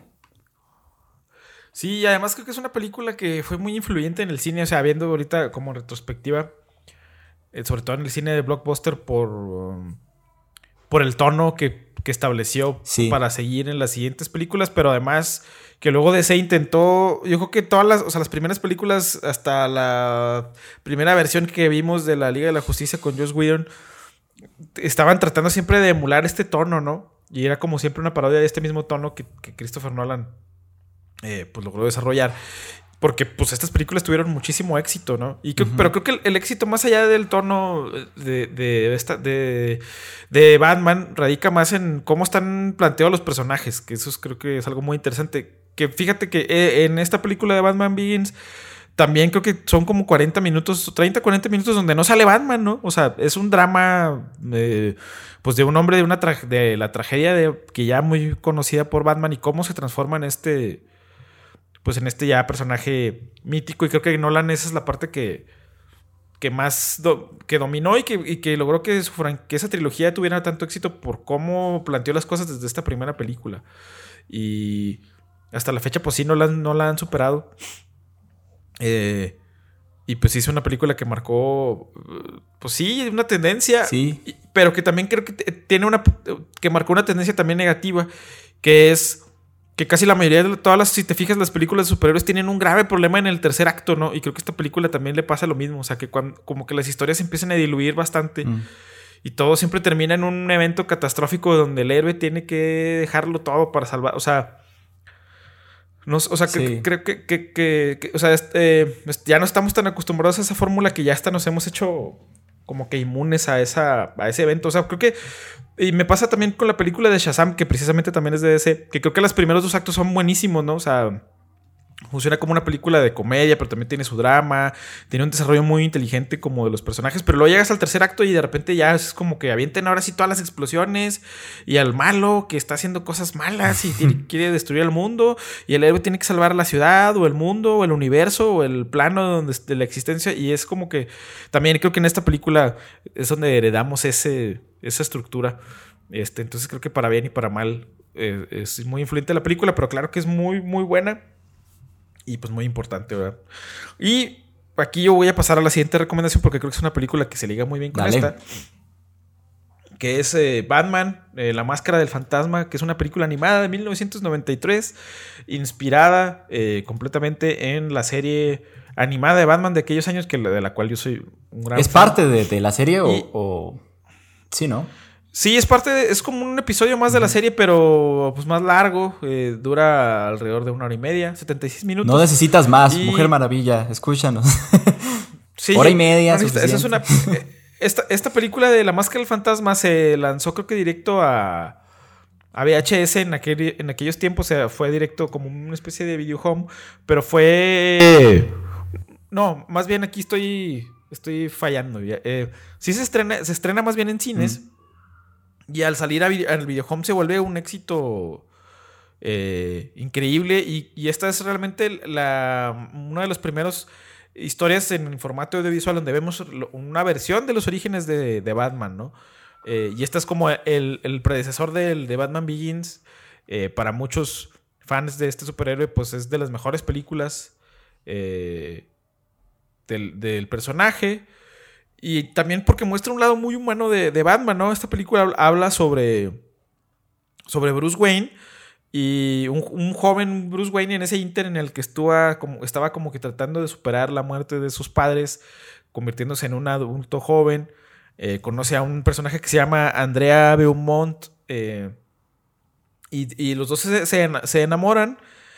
Sí, y además creo que es una película que fue muy influyente en el cine, o sea, viendo ahorita como retrospectiva, eh, sobre todo en el cine de blockbuster por, um, por el tono que que estableció sí. para seguir en las siguientes películas, pero además que luego D C intentó, yo creo que todas las, o sea, las primeras películas hasta la primera versión que vimos de la Liga de la Justicia con Joss Whedon estaban tratando siempre de emular este tono, ¿no? Y era como siempre una parodia de este mismo tono que, que Christopher Nolan eh, pues logró desarrollar. Porque pues estas películas tuvieron muchísimo éxito, ¿no? Y que, uh-huh. Pero creo que el, el éxito más allá del tono de, de, esta, de, de Batman radica más en cómo están planteados los personajes. Que eso es, creo que es algo muy interesante. Que fíjate que en esta película de Batman Begins también creo que son como cuarenta minutos, treinta, cuarenta minutos donde no sale Batman, ¿no? O sea, es un drama eh, pues de un hombre de, una tra- de la tragedia de, que ya muy conocida por Batman y cómo se transforma en este... pues en este ya personaje mítico. Y creo que Nolan esa es la parte que, que más do, que dominó y que, y que logró que, su, que esa trilogía tuviera tanto éxito por cómo planteó las cosas desde esta primera película. Y hasta la fecha pues sí no la, no la han superado. Eh, y pues hizo una película que marcó pues sí una tendencia, sí. Pero que también creo que tiene una que marcó una tendencia también negativa, que es que casi la mayoría de todas las, si te fijas, las películas de superhéroes tienen un grave problema en el tercer acto, ¿no? Y creo que a esta película también le pasa lo mismo. O sea, que cuando, como que las historias empiezan a diluir bastante. Mm. Y todo siempre termina en un evento catastrófico donde el héroe tiene que dejarlo todo para salvar. O sea, no, o sea, sí. creo que, que, que, que, o sea, este, ya no estamos tan acostumbrados a esa fórmula que ya hasta nos hemos hecho como que inmunes a, esa, a ese evento. O sea, creo que... Y me pasa también con la película de Shazam, que precisamente también es de D C, que creo que los primeros dos actos son buenísimos, ¿no? O sea, funciona como una película de comedia, pero también tiene su drama, tiene un desarrollo muy inteligente como de los personajes, pero luego llegas al tercer acto y de repente ya es como que avienten ahora sí todas las explosiones y al malo que está haciendo cosas malas y tiene, quiere destruir el mundo y el héroe tiene que salvar la ciudad o el mundo o el universo o el plano donde, de la existencia, y es como que también creo que en esta película es donde heredamos ese... esa estructura. Este, entonces creo que para bien y para mal eh, es muy influyente la película, pero claro que es muy, muy buena y pues muy importante, ¿verdad? Y aquí yo voy a pasar a la siguiente recomendación porque creo que es una película que se liga muy bien con Dale. esta. Que es eh, Batman, eh, La Máscara del Fantasma, que es una película animada de mil novecientos noventa y tres, inspirada eh, completamente en la serie animada de Batman de aquellos años, que, de la cual yo soy un gran ¿Es fan. parte de, de la serie o, Y- o...? Sí, ¿no? Sí, es parte de, es como un episodio más de la serie, pero pues más largo. eh, dura alrededor de una hora y media, setenta y seis minutos. No necesitas más, Y- Mujer Maravilla, escúchanos. Sí, Hora y media, no necesita- esa es una, suficiente. eh, esta, esta película de La Máscara del Fantasma se lanzó creo que directo a, a V H S en, aquel, en aquellos tiempos. O sea, fue directo como una especie de video home. Pero fue... No, más bien aquí estoy, estoy fallando. ya. Eh, sí se estrena, se estrena más bien en cines. Mm. Y al salir a vide- al video home se vuelve un éxito eh, increíble. Y, y esta es realmente la, una de los primeros historias en formato audiovisual donde vemos lo- una versión de los orígenes de, de Batman, ¿no? Eh, y esta es como el, el predecesor del, de Batman Begins. Eh, para muchos fans de este superhéroe, pues es de las mejores películas eh, del, del personaje. Y también porque muestra un lado muy humano de, de Batman, ¿no? Esta película habla sobre, sobre Bruce Wayne. Y un, un joven Bruce Wayne en ese inter en el que estuvo como, estaba como que tratando de superar la muerte de sus padres, convirtiéndose en un adulto joven. Eh, conoce a un personaje que se llama Andrea Beaumont. Eh, y, y los dos se, se, se enamoran.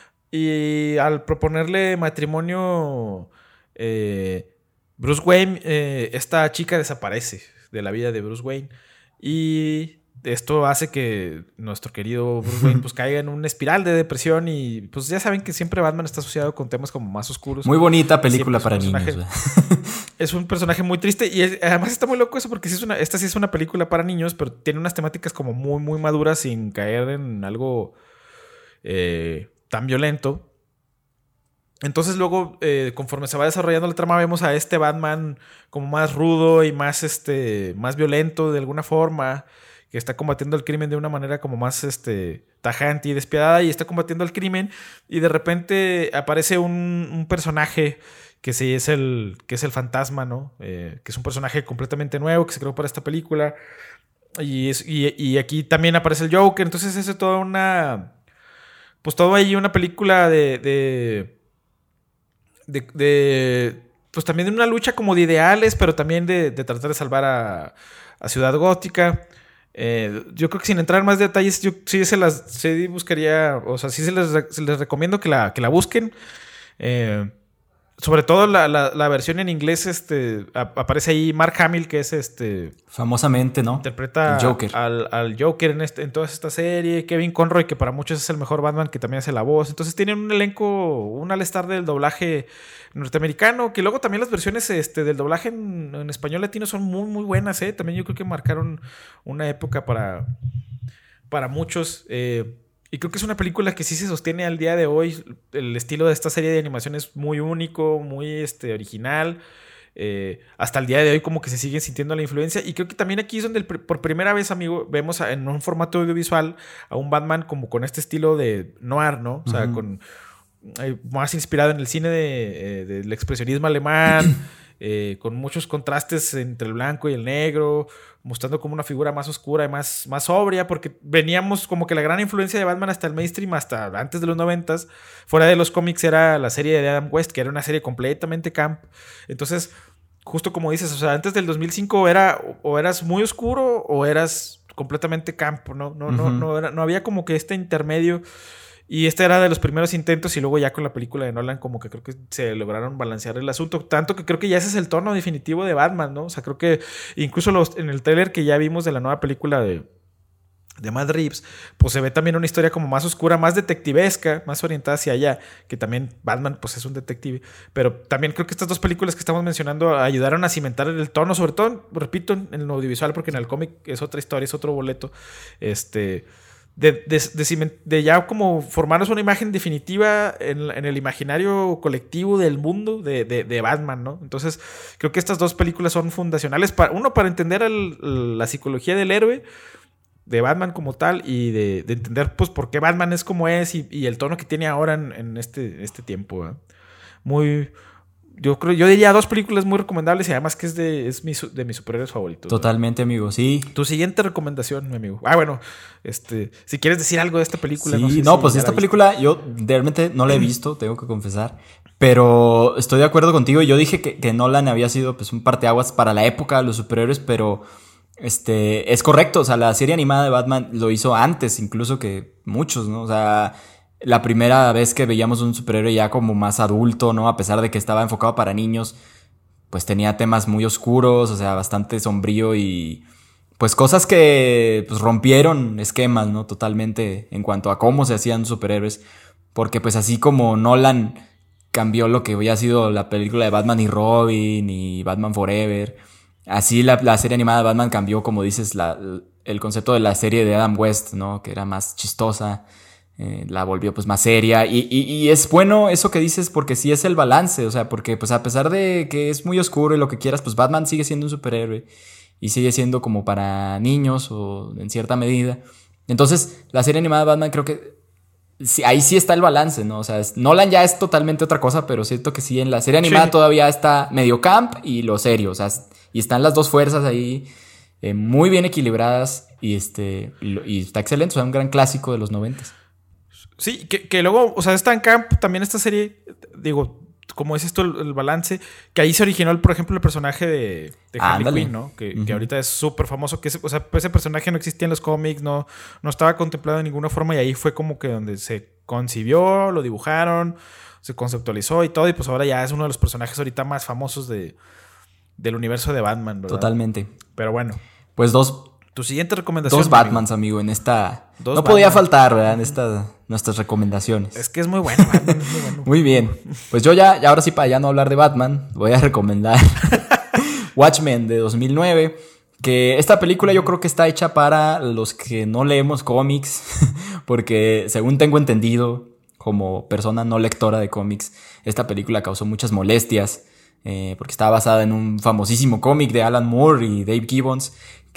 Y al proponerle matrimonio, eh, Bruce Wayne, eh, esta chica desaparece de la vida de Bruce Wayne. Y esto hace que nuestro querido Bruce Wayne pues caiga en una espiral de depresión. Y pues ya saben que siempre Batman está asociado con temas como más oscuros. Muy bonita película Siempre para es un niños. personaje- ¿verdad? Es un personaje muy triste y es- además está muy loco eso porque sí es una, esta sí es una película para niños, pero tiene unas temáticas como muy, muy maduras sin caer en algo eh, tan violento. Entonces luego, eh, conforme se va desarrollando la trama, vemos a este Batman como más rudo y más, este, más violento de alguna forma, que está combatiendo el crimen de una manera como más este, tajante y despiadada, y está combatiendo el crimen, y de repente aparece un, un personaje que sí es el, que es el fantasma, ¿no? Eh, que es un personaje completamente nuevo que se creó para esta película, y, es, y, y aquí también aparece el Joker, entonces es toda una... Pues todo ahí una película de... de De, de, pues también de una lucha como de ideales, pero también de, de tratar de salvar a, a Ciudad Gótica. Eh, yo creo que sin entrar en más detalles, yo sí se las sí buscaría, o sea, sí se les, se les recomiendo que la, que la busquen. Eh, sobre todo la, la, la versión en inglés, este, a, aparece ahí Mark Hamill, que es este... Famosamente, ¿no? Interpreta El Joker. Al, al Joker en, este, en toda esta serie. Kevin Conroy, que para muchos es el mejor Batman, que también hace la voz. Entonces tienen un elenco, un all-star del doblaje norteamericano, que luego también las versiones este, del doblaje en, en español latino son muy, muy buenas. ¿eh? También yo creo que marcaron una época para, para muchos. Eh, y creo que es una película que sí se sostiene al día de hoy. El estilo de esta serie de animación es muy único, muy este, original. Eh, hasta el día de hoy como que se sigue sintiendo la influencia, y creo que también aquí es donde el, por primera vez, amigo, vemos a, en un formato audiovisual a un Batman como con este estilo de noir, ¿no? O sea, uh-huh. con eh, más inspirado en el cine de, eh, del expresionismo alemán, eh, con muchos contrastes entre el blanco y el negro, mostrando como una figura más oscura y más, más sobria, porque veníamos como que la gran influencia de Batman hasta el mainstream, hasta antes de los noventas, fuera de los cómics, era la serie de Adam West, que era una serie completamente camp. Entonces, justo como dices, o sea, antes del dos mil cinco era o eras muy oscuro o eras completamente camp, ¿no? No, uh-huh. no, no, era, no había como que este intermedio. Y este era de los primeros intentos, y luego ya con la película de Nolan como que creo que se lograron balancear el asunto. Tanto que creo que ya ese es el tono definitivo de Batman, ¿no? O sea, creo que incluso los, en el tráiler que ya vimos de la nueva película de, de Matt Reeves, pues se ve también una historia como más oscura, más detectivesca, más orientada hacia allá, que también Batman pues es un detective. Pero también creo que estas dos películas que estamos mencionando ayudaron a cimentar el tono, sobre todo, repito, en el audiovisual, porque en el cómic es otra historia, es otro boleto. Este... De, de, de, de ya como formarnos una imagen definitiva en, en el imaginario colectivo del mundo de, de, de Batman, ¿no? Entonces creo que estas dos películas son fundacionales, para, uno para entender el, la psicología del héroe de Batman como tal, y de, de entender pues por qué Batman es como es, y, y el tono que tiene ahora en, en este, este tiempo, ¿eh? Muy... yo creo, yo diría dos películas muy recomendables y además que es de, es mi, de mis superhéroes favoritos. Totalmente, ¿no? Amigo, sí. Tu siguiente recomendación, mi amigo. Ah, bueno, este, si quieres decir algo de esta película. Sí, no, sé no si pues esta película yo realmente no la he visto, tengo que confesar. Pero estoy de acuerdo contigo. Yo dije que, que Nolan había sido pues un parteaguas para la época de los superhéroes, pero este es correcto. O sea, la serie animada de Batman lo hizo antes, incluso que muchos, ¿no? O sea, la primera vez que veíamos un superhéroe ya como más adulto, ¿no? A pesar de que estaba enfocado para niños, pues tenía temas muy oscuros, o sea, bastante sombrío y pues cosas que pues rompieron esquemas, ¿no? Totalmente en cuanto a cómo se hacían superhéroes. Porque pues así como Nolan cambió lo que había sido la película de Batman y Robin y Batman Forever, así la, la serie animada de Batman cambió, como dices, la, el concepto de la serie de Adam West, ¿no? Que era más chistosa, eh, la volvió pues más seria y, y, y es bueno eso que dices porque sí es el balance, o sea, porque pues a pesar de que es muy oscuro y lo que quieras, pues Batman sigue siendo un superhéroe y sigue siendo como para niños o en cierta medida. Entonces la serie animada de Batman creo que sí, ahí sí está el balance, ¿no? O sea, es, Nolan ya es totalmente otra cosa, pero siento que sí, en la serie animada sí. Todavía está medio camp y lo serio, o sea, y están las dos fuerzas ahí eh, muy bien equilibradas y este y, y está excelente, o sea, un gran clásico de los noventas. Sí, que, que luego, o sea, está en camp también esta serie, digo, como es esto el, el balance, que ahí se originó, por ejemplo, el personaje de, de Harley Ándale. Quinn, ¿no? Que, uh-huh. que ahorita es súper famoso, que ese, o sea, ese personaje no existía en los cómics, no, no estaba contemplado de ninguna forma y ahí fue como que donde se concibió, lo dibujaron, se conceptualizó y todo, y pues ahora ya es uno de los personajes ahorita más famosos de, del universo de Batman, ¿verdad? Totalmente. Pero bueno. Pues dos... Tu siguiente recomendación. Dos Batmans, amigo, en esta... Dos no Batman. Podía faltar, ¿verdad? En estas nuestras recomendaciones. Es que es muy bueno, Batman, es muy bueno. Muy bien. Pues yo ya, ya ahora sí, para ya no hablar de Batman, voy a recomendar Watchmen de dos mil nueve. Que esta película yo creo que está hecha para los que no leemos cómics. Porque según tengo entendido, como persona no lectora de cómics, esta película causó muchas molestias. Eh, porque está basada en un famosísimo cómic de Alan Moore y Dave Gibbons,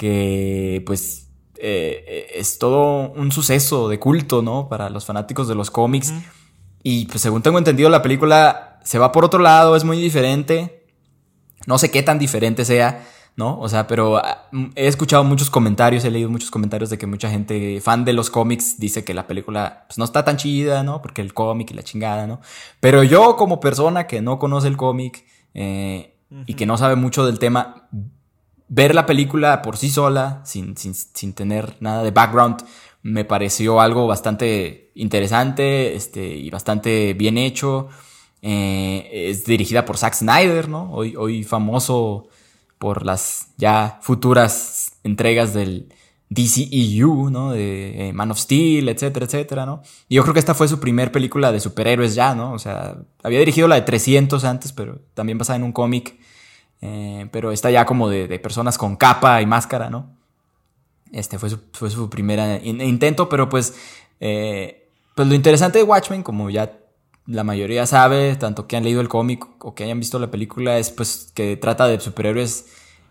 que pues eh, es todo un suceso de culto, ¿no? Para los fanáticos de los cómics. Mm. Y pues según tengo entendido, la película se va por otro lado, es muy diferente. No sé qué tan diferente sea, ¿no? O sea, pero he escuchado muchos comentarios, he leído muchos comentarios de que mucha gente fan de los cómics dice que la película pues, no está tan chida, ¿no? Porque el cómic y la chingada, ¿no? Pero yo como persona que no conoce el cómic eh, uh-huh. y que no sabe mucho del tema, ver la película por sí sola, sin, sin, sin tener nada de background, me pareció algo bastante interesante este, y bastante bien hecho. Eh, es dirigida por Zack Snyder, ¿no? Hoy, hoy famoso por las ya futuras entregas del D C E U, ¿no? De eh, Man of Steel, etcétera, etcétera, ¿no? Y yo creo que esta fue su primer película de superhéroes ya, ¿no? O sea, había dirigido la de trescientos antes, pero también basada en un cómic. Eh, pero esta ya como de, de personas con capa y máscara, ¿no? Este fue su, fue su primer in, intento, pero pues, eh, pues lo interesante de Watchmen, como ya la mayoría sabe, tanto que han leído el cómic o que hayan visto la película, es pues que trata de superhéroes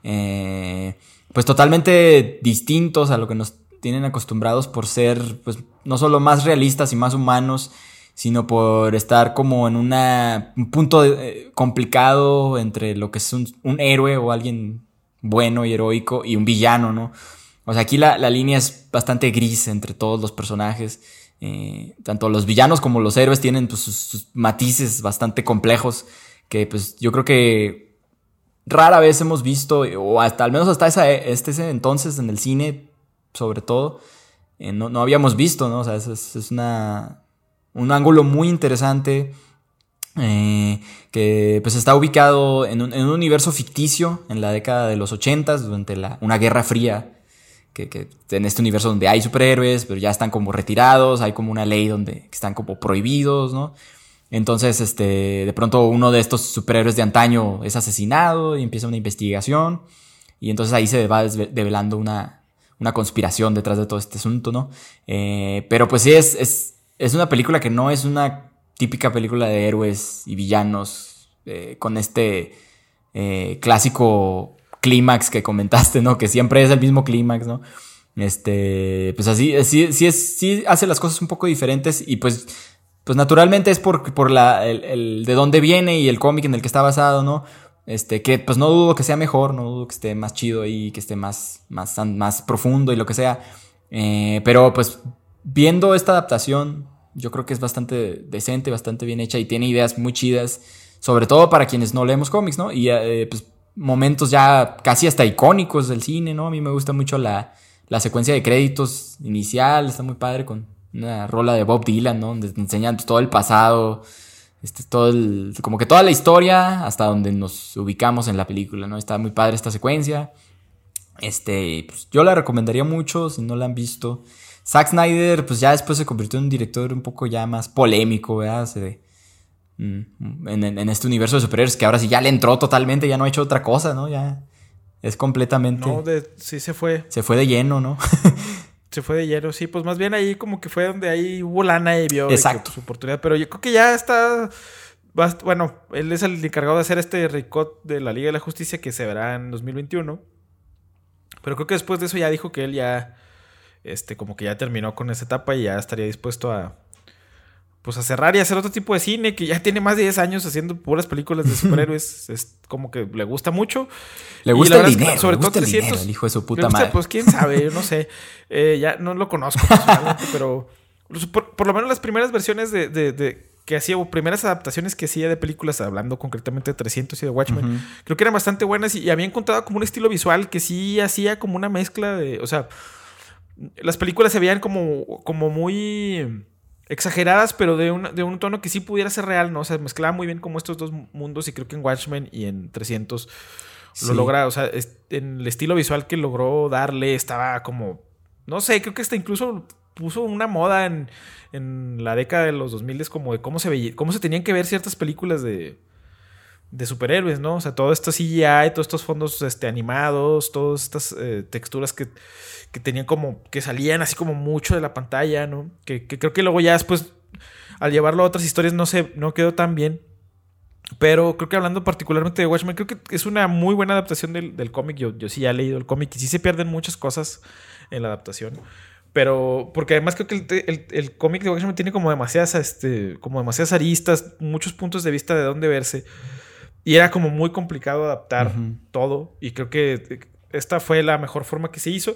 eh, pues totalmente distintos a lo que nos tienen acostumbrados por ser pues no solo más realistas y más humanos, sino por estar como en una, un punto de, eh, complicado entre lo que es un, un héroe o alguien bueno y heroico y un villano, ¿no? O sea, aquí la, la línea es bastante gris entre todos los personajes. Eh, tanto los villanos como los héroes tienen pues, sus, sus matices bastante complejos que pues yo creo que rara vez hemos visto, o hasta al menos hasta esa, este ese entonces en el cine, sobre todo, eh, no, no habíamos visto, ¿no? O sea, es, es, es una... un ángulo muy interesante eh, que pues está ubicado en un, en un universo ficticio en la década de los ochentas durante la, una guerra fría que, que en este universo donde hay superhéroes pero ya están como retirados, hay como una ley donde están como prohibidos, ¿no? Entonces este, de pronto uno de estos superhéroes de antaño es asesinado y empieza una investigación y entonces ahí se va develando una, una conspiración detrás de todo este asunto, ¿no? Eh, pero pues sí es... es Es una película que no es una típica película de héroes y villanos eh, con este eh, clásico clímax que comentaste, ¿no? Que siempre es el mismo clímax, ¿no? Este, pues así, sí, sí, es, sí hace las cosas un poco diferentes y pues pues naturalmente es por, por la, el, el de dónde viene y el cómic en el que está basado, ¿no? Este, que pues no dudo que sea mejor, no dudo que esté más chido ahí, que esté más, más, más profundo y lo que sea. Eh, pero pues viendo esta adaptación, yo creo que es bastante decente, bastante bien hecha y tiene ideas muy chidas, sobre todo para quienes no leemos cómics, ¿no? Y eh, pues momentos ya casi hasta icónicos del cine, ¿no? A mí me gusta mucho la, la secuencia de créditos inicial, está muy padre con una rola de Bob Dylan, ¿no? Donde te enseñan pues, todo el pasado, este, todo el, como que toda la historia hasta donde nos ubicamos en la película, ¿no? Está muy padre esta secuencia. Este, pues yo la recomendaría mucho si no la han visto. Zack Snyder, pues ya después se convirtió en un director un poco ya más polémico, ¿verdad? Se, en, en, en este universo de superhéroes que ahora sí ya le entró totalmente, ya no ha hecho otra cosa, ¿no? Ya es completamente... No, de, sí se fue. Se fue de lleno, ¿no? Se fue de lleno, sí, pues más bien ahí como que fue donde ahí hubo lana y vio Exacto. De que, pues, su oportunidad. Pero yo creo que ya está... Bueno, él es el encargado de hacer este recut de la Liga de la Justicia que se verá en dos mil veintiuno. Pero creo que después de eso ya dijo que él ya... Este, como que ya terminó con esa etapa y ya estaría dispuesto a... Pues a cerrar y hacer otro tipo de cine, que ya tiene más de diez años haciendo puras películas de superhéroes. Es como que le gusta mucho. Le gusta el dinero, es que, sobre le gusta todo el trescientos, dinero, el hijo de su puta le gusta, madre. Pues quién sabe, yo no sé. Eh, ya no lo conozco personalmente, pero por, por lo menos las primeras versiones de, de, de que hacía, o primeras adaptaciones que hacía de películas, hablando concretamente de trescientos y de Watchmen, uh-huh. creo que eran bastante buenas y, y había encontrado como un estilo visual que sí hacía como una mezcla de... O sea, las películas se veían como, como muy... exageradas, pero de un, de un tono que sí pudiera ser real, ¿no? O sea, mezclaba muy bien como estos dos mundos y creo que en Watchmen y en trescientos sí. lo logra, o sea, es, en el estilo visual que logró darle estaba como, no sé, creo que hasta incluso puso una moda en, en la década de los dos mil como de cómo se veía, cómo se tenían que ver ciertas películas de, de superhéroes, ¿no? O sea, todo esto C G I, todos estos fondos este, animados, todas estas eh, texturas que... que tenían como, que salían así como mucho de la pantalla, ¿no? Que, que creo que luego ya después, al llevarlo a otras historias, no sé, no quedó tan bien. Pero creo que hablando particularmente de Watchmen, creo que es una muy buena adaptación del, del cómic. Yo, yo sí ya he leído el cómic y sí se pierden muchas cosas en la adaptación. Pero, porque además creo que el, el, el cómic de Watchmen tiene como demasiadas, este, como demasiadas aristas, muchos puntos de vista de dónde verse. Y era como muy complicado adaptar uh-huh. todo. Y creo que esta fue la mejor forma que se hizo.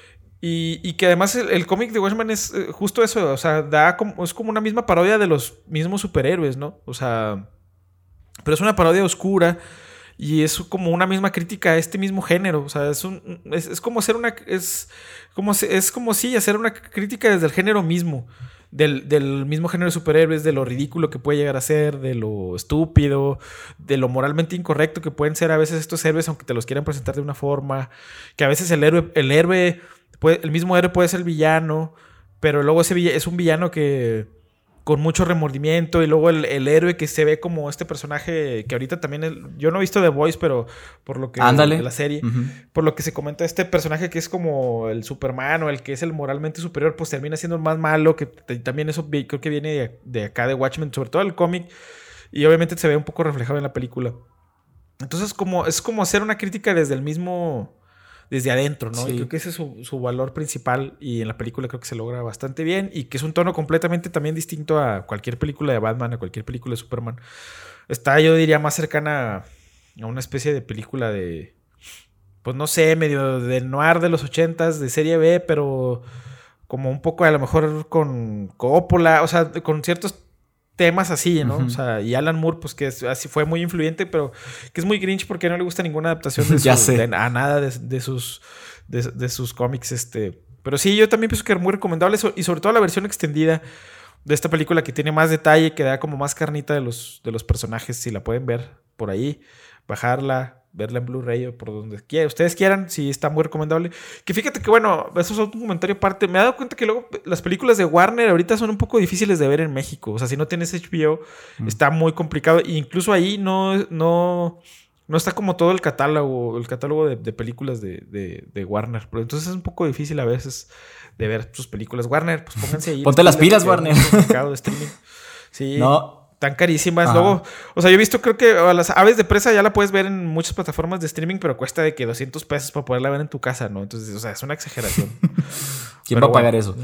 Y, y que además el, el cómic de Watchmen es eh, justo eso, o sea, da como, es como una misma parodia de los mismos superhéroes, ¿no? O sea, pero es una parodia oscura y es como una misma crítica a este mismo género, o sea, es, un, es, es como hacer una, es como, es como sí, hacer una crítica desde el género mismo, del, del mismo género de superhéroes, de lo ridículo que puede llegar a ser, de lo estúpido, de lo moralmente incorrecto que pueden ser a veces estos héroes, aunque te los quieran presentar de una forma, que a veces el héroe, el héroe Puede, el mismo héroe puede ser el villano, pero luego ese villano es un villano que con mucho remordimiento y luego el, el héroe que se ve como este personaje que ahorita también el, yo no he visto The Voice, pero por lo que Ándale. de la serie, uh-huh. por lo que se comenta este personaje que es como el Superman o el que es el moralmente superior, pues termina siendo el más malo, que t- también eso creo que viene de, de acá de Watchmen, sobre todo el cómic, y obviamente se ve un poco reflejado en la película. Entonces como es como hacer una crítica desde el mismo desde adentro, ¿no? Sí. Y creo que ese es su, su valor principal y en la película creo que se logra bastante bien y que es un tono completamente también distinto a cualquier película de Batman, a cualquier película de Superman. Está, yo diría, más cercana a una especie de película de, pues no sé, medio del noir de los ochentas, de serie B, pero como un poco a lo mejor con Coppola, o sea, con ciertos temas así, ¿no? Uh-huh. O sea, y Alan Moore, pues que es, así fue muy influyente, pero que es muy Grinch porque no le gusta ninguna adaptación de, su, ya sé. de a nada de, de sus de, de sus cómics, este. Pero sí, yo también pienso que es muy recomendable y sobre todo la versión extendida de esta película que tiene más detalle, que da como más carnita de los, de los personajes, si la pueden ver por ahí, bajarla, verla en Blu-ray o por donde quiera, ustedes quieran, sí está muy recomendable. Que fíjate que, bueno, eso es otro comentario aparte. Me he dado cuenta que luego las películas de Warner ahorita son un poco difíciles de ver en México. O sea, si no tienes H B O, mm. está muy complicado. E incluso ahí no, no, no está como todo el catálogo, el catálogo de, de películas de, de, de Warner. Pero entonces es un poco difícil a veces de ver sus películas. Warner, pues pónganse ahí. Ponte las pilas, Warner. De streaming. Sí. No. Tan carísimas. Ajá. Luego, o sea, yo he visto, creo que a las Aves de Presa ya la puedes ver en muchas plataformas de streaming, pero cuesta de que doscientos pesos para poderla ver en tu casa, ¿no? Entonces, o sea, es una exageración. ¿Quién pero va a pagar bueno. eso?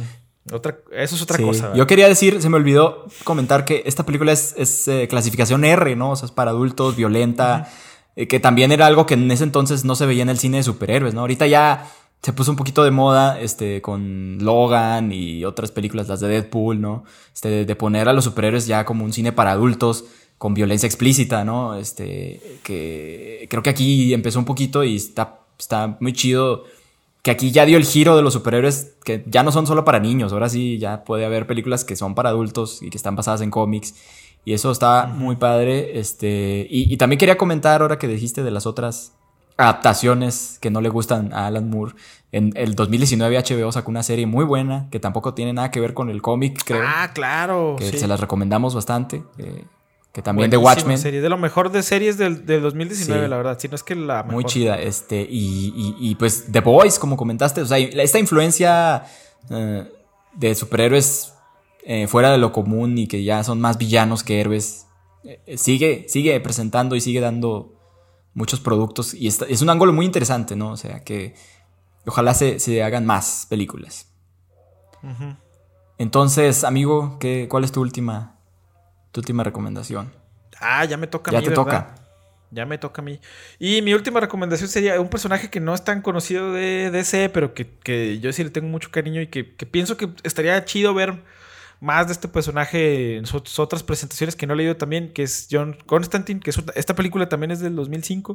Otra, eso es otra sí. cosa. ¿verdad? Yo quería decir, se me olvidó comentar que esta película es, es eh, clasificación R, ¿no? O sea, es para adultos, violenta, uh-huh. eh, que también era algo que en ese entonces no se veía en el cine de superhéroes, ¿no? Ahorita ya se puso un poquito de moda este, con Logan y otras películas, las de Deadpool, ¿no? Este, de, de poner a los superhéroes ya como un cine para adultos con violencia explícita, ¿no? Este, que creo que aquí empezó un poquito y está, está muy chido. Que aquí ya dio el giro de los superhéroes, que ya no son solo para niños. Ahora sí ya puede haber películas que son para adultos y que están basadas en cómics. Y eso está uh-huh. muy padre. Este, y, y también quería comentar, ahora que dijiste de las otras adaptaciones que no le gustan a Alan Moore. En el dos mil diecinueve H B O sacó una serie muy buena que tampoco tiene nada que ver con el cómic, creo. Ah, claro. Que sí. se las recomendamos bastante. Eh, Que también Buenísima de Watchmen. Serie, de lo mejor de series del, del dos mil diecinueve, sí. La verdad. Si no es que la mejor. Muy chida. Este, y, y, y pues The Boys, como comentaste. O sea, esta influencia uh, de superhéroes eh, fuera de lo común y que ya son más villanos que héroes. Eh, sigue, sigue presentando y sigue dando muchos productos. Y está, es un ángulo muy interesante, ¿no? O sea, que ojalá se, se hagan más películas. Uh-huh. Entonces, amigo, ¿qué, ¿cuál es tu última? Tu última recomendación. Ah, ya me toca a ya mí, te ¿verdad? toca. Ya me toca a mí. Y mi última recomendación sería un personaje que no es tan conocido de D C, pero que, que yo sí le tengo mucho cariño y que, que pienso que estaría chido ver más de este personaje en sus otras presentaciones que no he leído también, que es John Constantine, que es otra, esta película también es del dos mil cinco.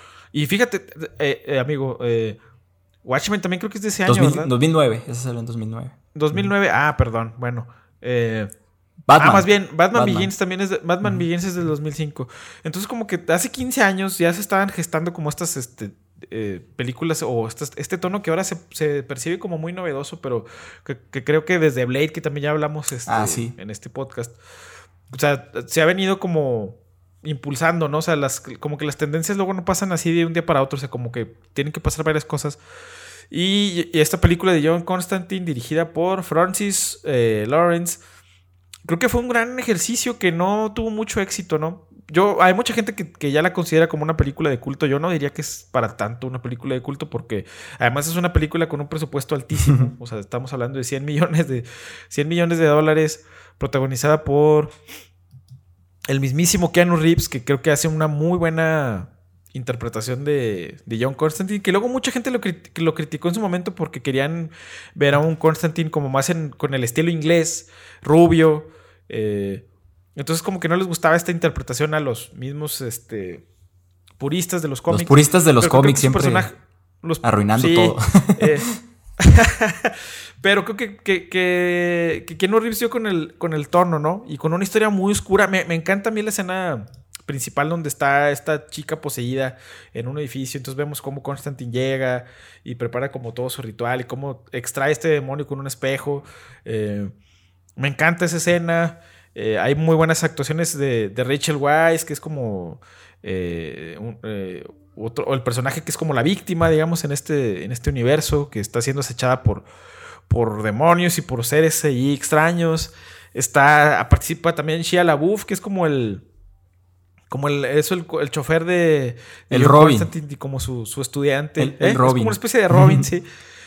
Y fíjate, eh, eh, amigo, eh, Watchmen también creo que es de ese año, dos mil, ¿verdad? dos mil nueve, ese salió en dos mil nueve. dos mil nueve, uh-huh. Ah, perdón, bueno. Eh... Batman. Ah, más bien, Batman, Batman. Begins también es de, Batman uh-huh. Begins es del dos mil cinco. Entonces como que hace quince años ya se estaban gestando como estas este, eh, películas o estas, este tono que ahora se, se percibe como muy novedoso, pero que, que creo que desde Blade, que también ya hablamos este, ah, sí. en este podcast, o sea, se ha venido como impulsando, ¿no? O sea, las, como que las tendencias luego no pasan así de un día para otro, o sea, como que tienen que pasar varias cosas. Y, y esta película de John Constantine, dirigida por Francis eh, Lawrence, creo que fue un gran ejercicio que no tuvo mucho éxito, ¿no? Yo, hay mucha gente que, que ya la considera como una película de culto. Yo no diría que es para tanto una película de culto porque además es una película con un presupuesto altísimo. O sea, estamos hablando de cien millones de, cien millones de dólares, protagonizada por el mismísimo Keanu Reeves, que creo que hace una muy buena interpretación de, de John Constantine, que luego mucha gente lo, crit- lo criticó en su momento porque querían ver a un Constantine como más en, con el estilo inglés, rubio. Eh, entonces como que no les gustaba esta interpretación a los mismos este, puristas de los cómics. Los puristas de los Pero cómics siempre los, arruinando sí, todo. Eh, pero creo que, que, que, que Keanu Reeves dio con el, con el tono, ¿no? Y con una historia muy oscura. Me, me encanta a mí la escena principal donde está esta chica poseída en un edificio. Entonces vemos cómo Constantine llega y prepara como todo su ritual y cómo extrae este demonio con un espejo. Eh, me encanta esa escena. Eh, hay muy buenas actuaciones de, de Rachel Weisz, que es como eh, un, eh, otro, o el personaje que es como la víctima, digamos, en este, en este universo, que está siendo acechada por, por demonios y por seres ahí extraños. Está, participa también Shia LaBeouf, que es como el como el, eso, el, el chofer de, de el Robin, y como su, su estudiante. El, ¿eh? el Robin. Es como una especie de Robin, sí.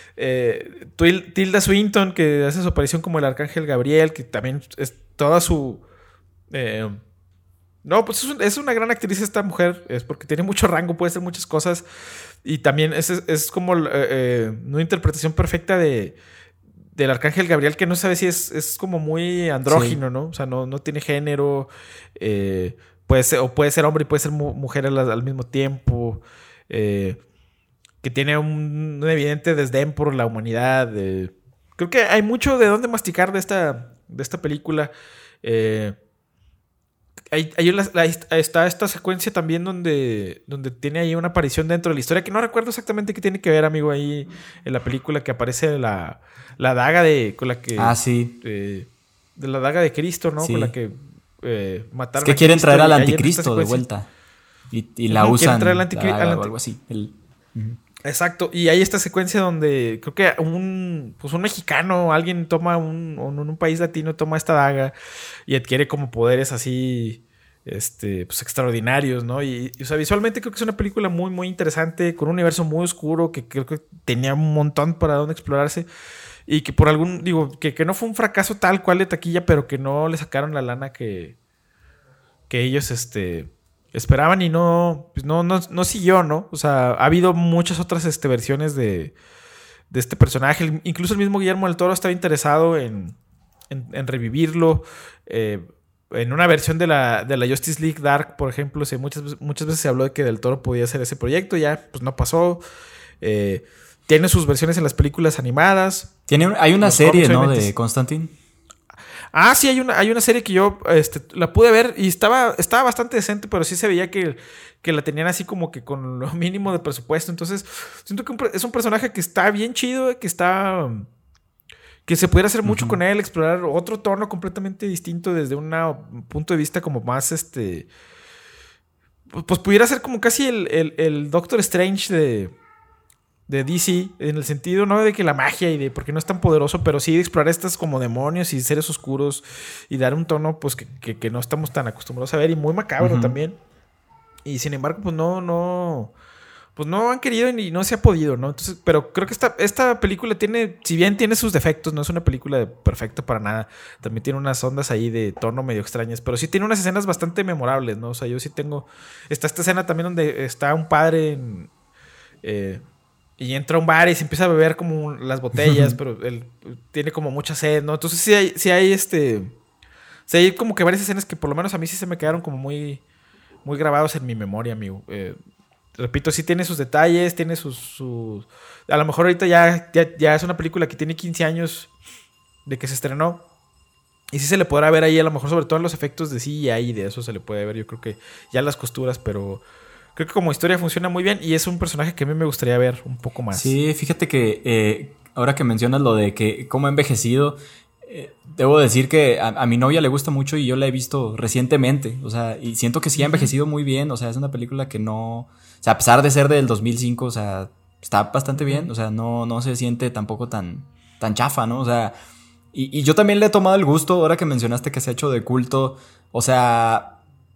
Eh, Tilda Swinton, que hace su aparición como el Arcángel Gabriel, que también es toda su... Eh, no, pues es, un, es una gran actriz esta mujer, es porque tiene mucho rango, puede hacer muchas cosas. Y también es, es, es como eh, eh, una interpretación perfecta de... del Arcángel Gabriel, que no sabe si es, es como muy andrógino, sí. ¿no? O sea, no, no tiene género. Eh, puede ser, o puede ser hombre y puede ser mu- mujer al, al mismo tiempo. Eh, que tiene un, un evidente desdén por la humanidad. Eh. Creo que hay mucho de dónde masticar de esta, de esta película. Eh, hay, hay la, la, está esta secuencia también donde, donde tiene ahí una aparición dentro de la historia, que no recuerdo exactamente qué tiene que ver, amigo, ahí en la película, que aparece la, la daga de con la que... Ah, sí. Eh, de la daga de Cristo, ¿no? Sí. Con la que eh, mataron es que a quieren Cristo, traer al y anticristo de vuelta. Y, y la uh-huh, usan traer al anticri- daga, al anti- o algo así. El, uh-huh. Exacto, y hay esta secuencia donde creo que un, pues un mexicano, alguien toma un, en un país latino toma esta daga y adquiere como poderes así, este, pues extraordinarios, ¿no? Y, y o sea, visualmente creo que es una película muy, muy interesante, con un universo muy oscuro que creo que tenía un montón para dónde explorarse. Y que por algún, digo, que, que no fue un fracaso tal cual de taquilla, pero que no le sacaron la lana que, que ellos este, esperaban y no, pues no, no, no siguió, ¿no? O sea, ha habido muchas otras este, versiones de, de este personaje. Incluso el mismo Guillermo del Toro estaba interesado en, en, en revivirlo. Eh, en una versión de la, de la Justice League Dark, por ejemplo, sí, muchas, muchas veces se habló de que Del Toro podía hacer ese proyecto. Ya, pues no pasó. Eh, tiene sus versiones en las películas animadas. Tiene, hay una Los serie, cómics, ¿no? obviamente. De Constantine. Ah, sí, hay una, hay una serie que yo este, la pude ver y estaba, estaba bastante decente, pero sí se veía que, que la tenían así como que con lo mínimo de presupuesto. Entonces, siento que un, es un personaje que está bien chido, que está... que se pudiera hacer mucho uh-huh. con él, explorar otro tono completamente distinto desde un punto de vista como más, este... Pues pudiera ser como casi el, el, el Doctor Strange de... de D C, en el sentido no de que la magia y de porque no es tan poderoso, pero sí de explorar estas como demonios y seres oscuros y dar un tono pues que, que, que no estamos tan acostumbrados a ver y muy macabro uh-huh. también. Y sin embargo, pues no, no, pues no han querido y no se ha podido, ¿no? Entonces, pero creo que esta, esta película tiene, si bien tiene sus defectos, no es una película de perfecta para nada. También tiene unas ondas ahí de tono medio extrañas, pero sí tiene unas escenas bastante memorables, ¿no? O sea, yo sí tengo, está esta escena también donde está un padre en... Eh, y entra a un bar y se empieza a beber como las botellas, pero él tiene como mucha sed, ¿no? Entonces sí hay, sí hay este... Sí hay como que varias escenas que por lo menos a mí sí se me quedaron como muy... Muy grabados en mi memoria, amigo. Eh, repito, sí tiene sus detalles, tiene sus... sus... A lo mejor ahorita ya, ya, ya es una película que tiene quince años de que se estrenó. Y sí se le podrá ver ahí, a lo mejor sobre todo en los efectos de C G I y de eso se le puede ver. Yo creo que ya las costuras, pero... Creo que como historia funciona muy bien y es un personaje que a mí me gustaría ver un poco más. Sí, fíjate que eh, ahora que mencionas lo de que cómo ha envejecido, eh, debo decir que a, a mi novia le gusta mucho y yo la he visto recientemente. O sea, y siento que sí ha envejecido muy bien. O sea, es una película que no... O sea, a pesar de ser del dos mil cinco, o sea, está bastante bien. O sea, no, no se siente tampoco tan, tan chafa, ¿no? O sea, y, y yo también le he tomado el gusto, ahora que mencionaste que se ha hecho de culto. O sea...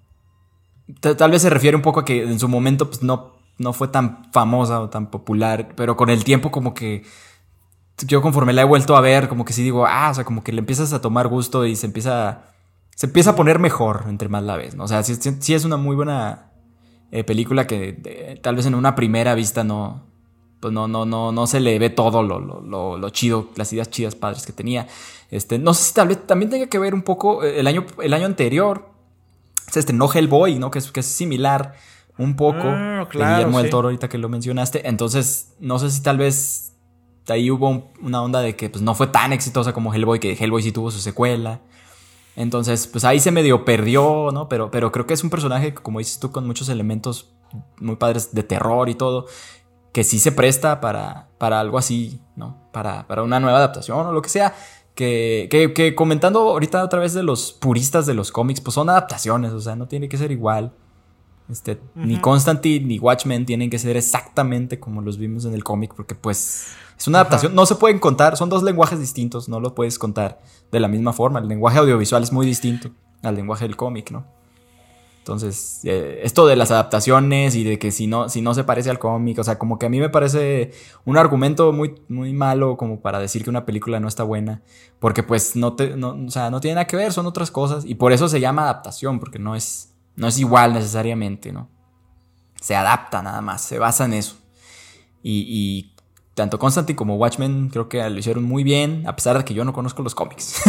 Tal vez se refiere un poco a que en su momento pues no, no fue tan famosa o tan popular, pero con el tiempo como que yo conforme la he vuelto a ver, como que sí digo, ah, o sea, como que le empiezas a tomar gusto y se empieza, se empieza a poner mejor entre más la ves, ¿no? O sea, sí, sí es una muy buena eh, película que de, tal vez en una primera vista no, pues no, no, no, no se le ve todo lo, lo, lo, lo chido, las ideas chidas padres que tenía. Este, no sé si tal vez también tenga que ver un poco el año, el año anterior. Se estrenó Hellboy, ¿no? Que es, que es similar un poco ah, claro, de Guillermo sí. del Toro, ahorita que lo mencionaste. Entonces, no sé si tal vez ahí hubo un, una onda de que pues, no fue tan exitosa como Hellboy, que Hellboy sí tuvo su secuela. Entonces, pues ahí se medio perdió, ¿no? Pero, pero creo que es un personaje, como dices tú, con muchos elementos muy padres de terror y todo, que sí se presta para, para algo así, ¿no? Para, para una nueva adaptación o lo que sea. Que, que, que comentando ahorita otra vez de los puristas de los cómics, pues son adaptaciones, o sea, no tiene que ser igual. Este, uh-huh. Ni Constantine ni Watchmen tienen que ser exactamente como los vimos en el cómic, porque pues es una adaptación, uh-huh. No se pueden contar, son dos lenguajes distintos, no lo puedes contar de la misma forma. El lenguaje audiovisual es muy distinto al lenguaje del cómic, ¿no? Entonces, eh, esto de las adaptaciones y de que si no, si no se parece al cómic, o sea, como que a mí me parece un argumento muy, muy malo como para decir que una película no está buena, porque pues no, te, no, o sea, no tiene nada que ver, son otras cosas, y por eso se llama adaptación, porque no es, no es igual necesariamente, ¿no? Se adapta nada más, se basa en eso. Y, y tanto Constantine como Watchmen creo que lo hicieron muy bien, a pesar de que yo no conozco los cómics.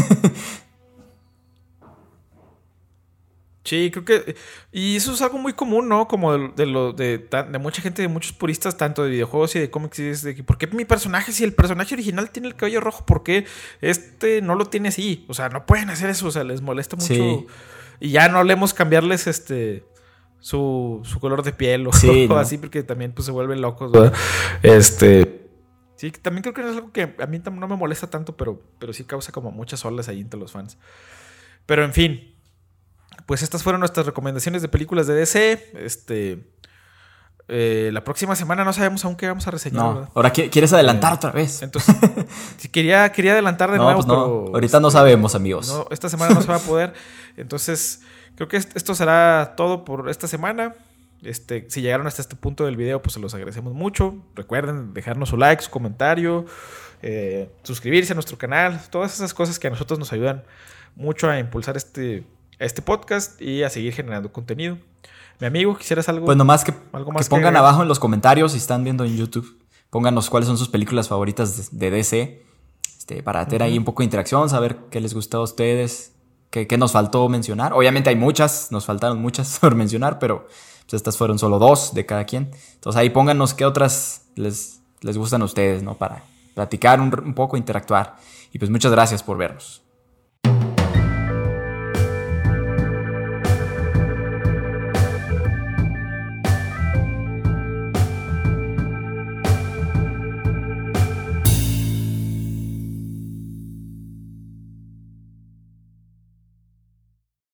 Sí, creo que... Y eso es algo muy común, ¿no? Como de, de, lo, de, de mucha gente, de muchos puristas, tanto de videojuegos y de cómics, y es de que, ¿por qué mi personaje, si el personaje original tiene el cabello rojo, por qué este no lo tiene así? O sea, no pueden hacer eso, o sea, les molesta mucho. Sí. Y ya no hablemos cambiarles este su, su color de piel o, sí, o ¿no? así, porque también pues, se vuelven locos, ¿verdad? Este... Sí, también creo que es algo que a mí no me molesta tanto, pero, pero sí causa como muchas olas ahí entre los fans. Pero en fin... Pues estas fueron nuestras recomendaciones de películas de D C. Este, eh, la próxima semana no sabemos aún qué vamos a reseñar. No, ¿verdad? Ahora quieres adelantar eh, otra vez. Entonces, quería, quería adelantar de no, nuevo. Pues no, pero ahorita no sabemos, amigos. No, esta semana no se va a poder. Entonces, creo que esto será todo por esta semana. Este, si llegaron hasta este punto del video, pues se los agradecemos mucho. Recuerden dejarnos su like, su comentario. eh, suscribirse a nuestro canal, todas esas cosas que a nosotros nos ayudan mucho a impulsar este, este podcast y a seguir generando contenido. Mi amigo, ¿quisieras algo? Pues nomás que, algo más que pongan que abajo en los comentarios si están viendo en YouTube. Pónganos cuáles son sus películas favoritas de, de D C. Este, para tener uh-huh. ahí un poco de interacción, saber qué les gustó a ustedes, qué, qué nos faltó mencionar. Obviamente hay muchas, nos faltaron muchas por mencionar, pero pues estas fueron solo dos de cada quien. Entonces ahí pónganos qué otras les, les gustan a ustedes, ¿no? Para platicar un, un poco, interactuar. Y pues muchas gracias por vernos.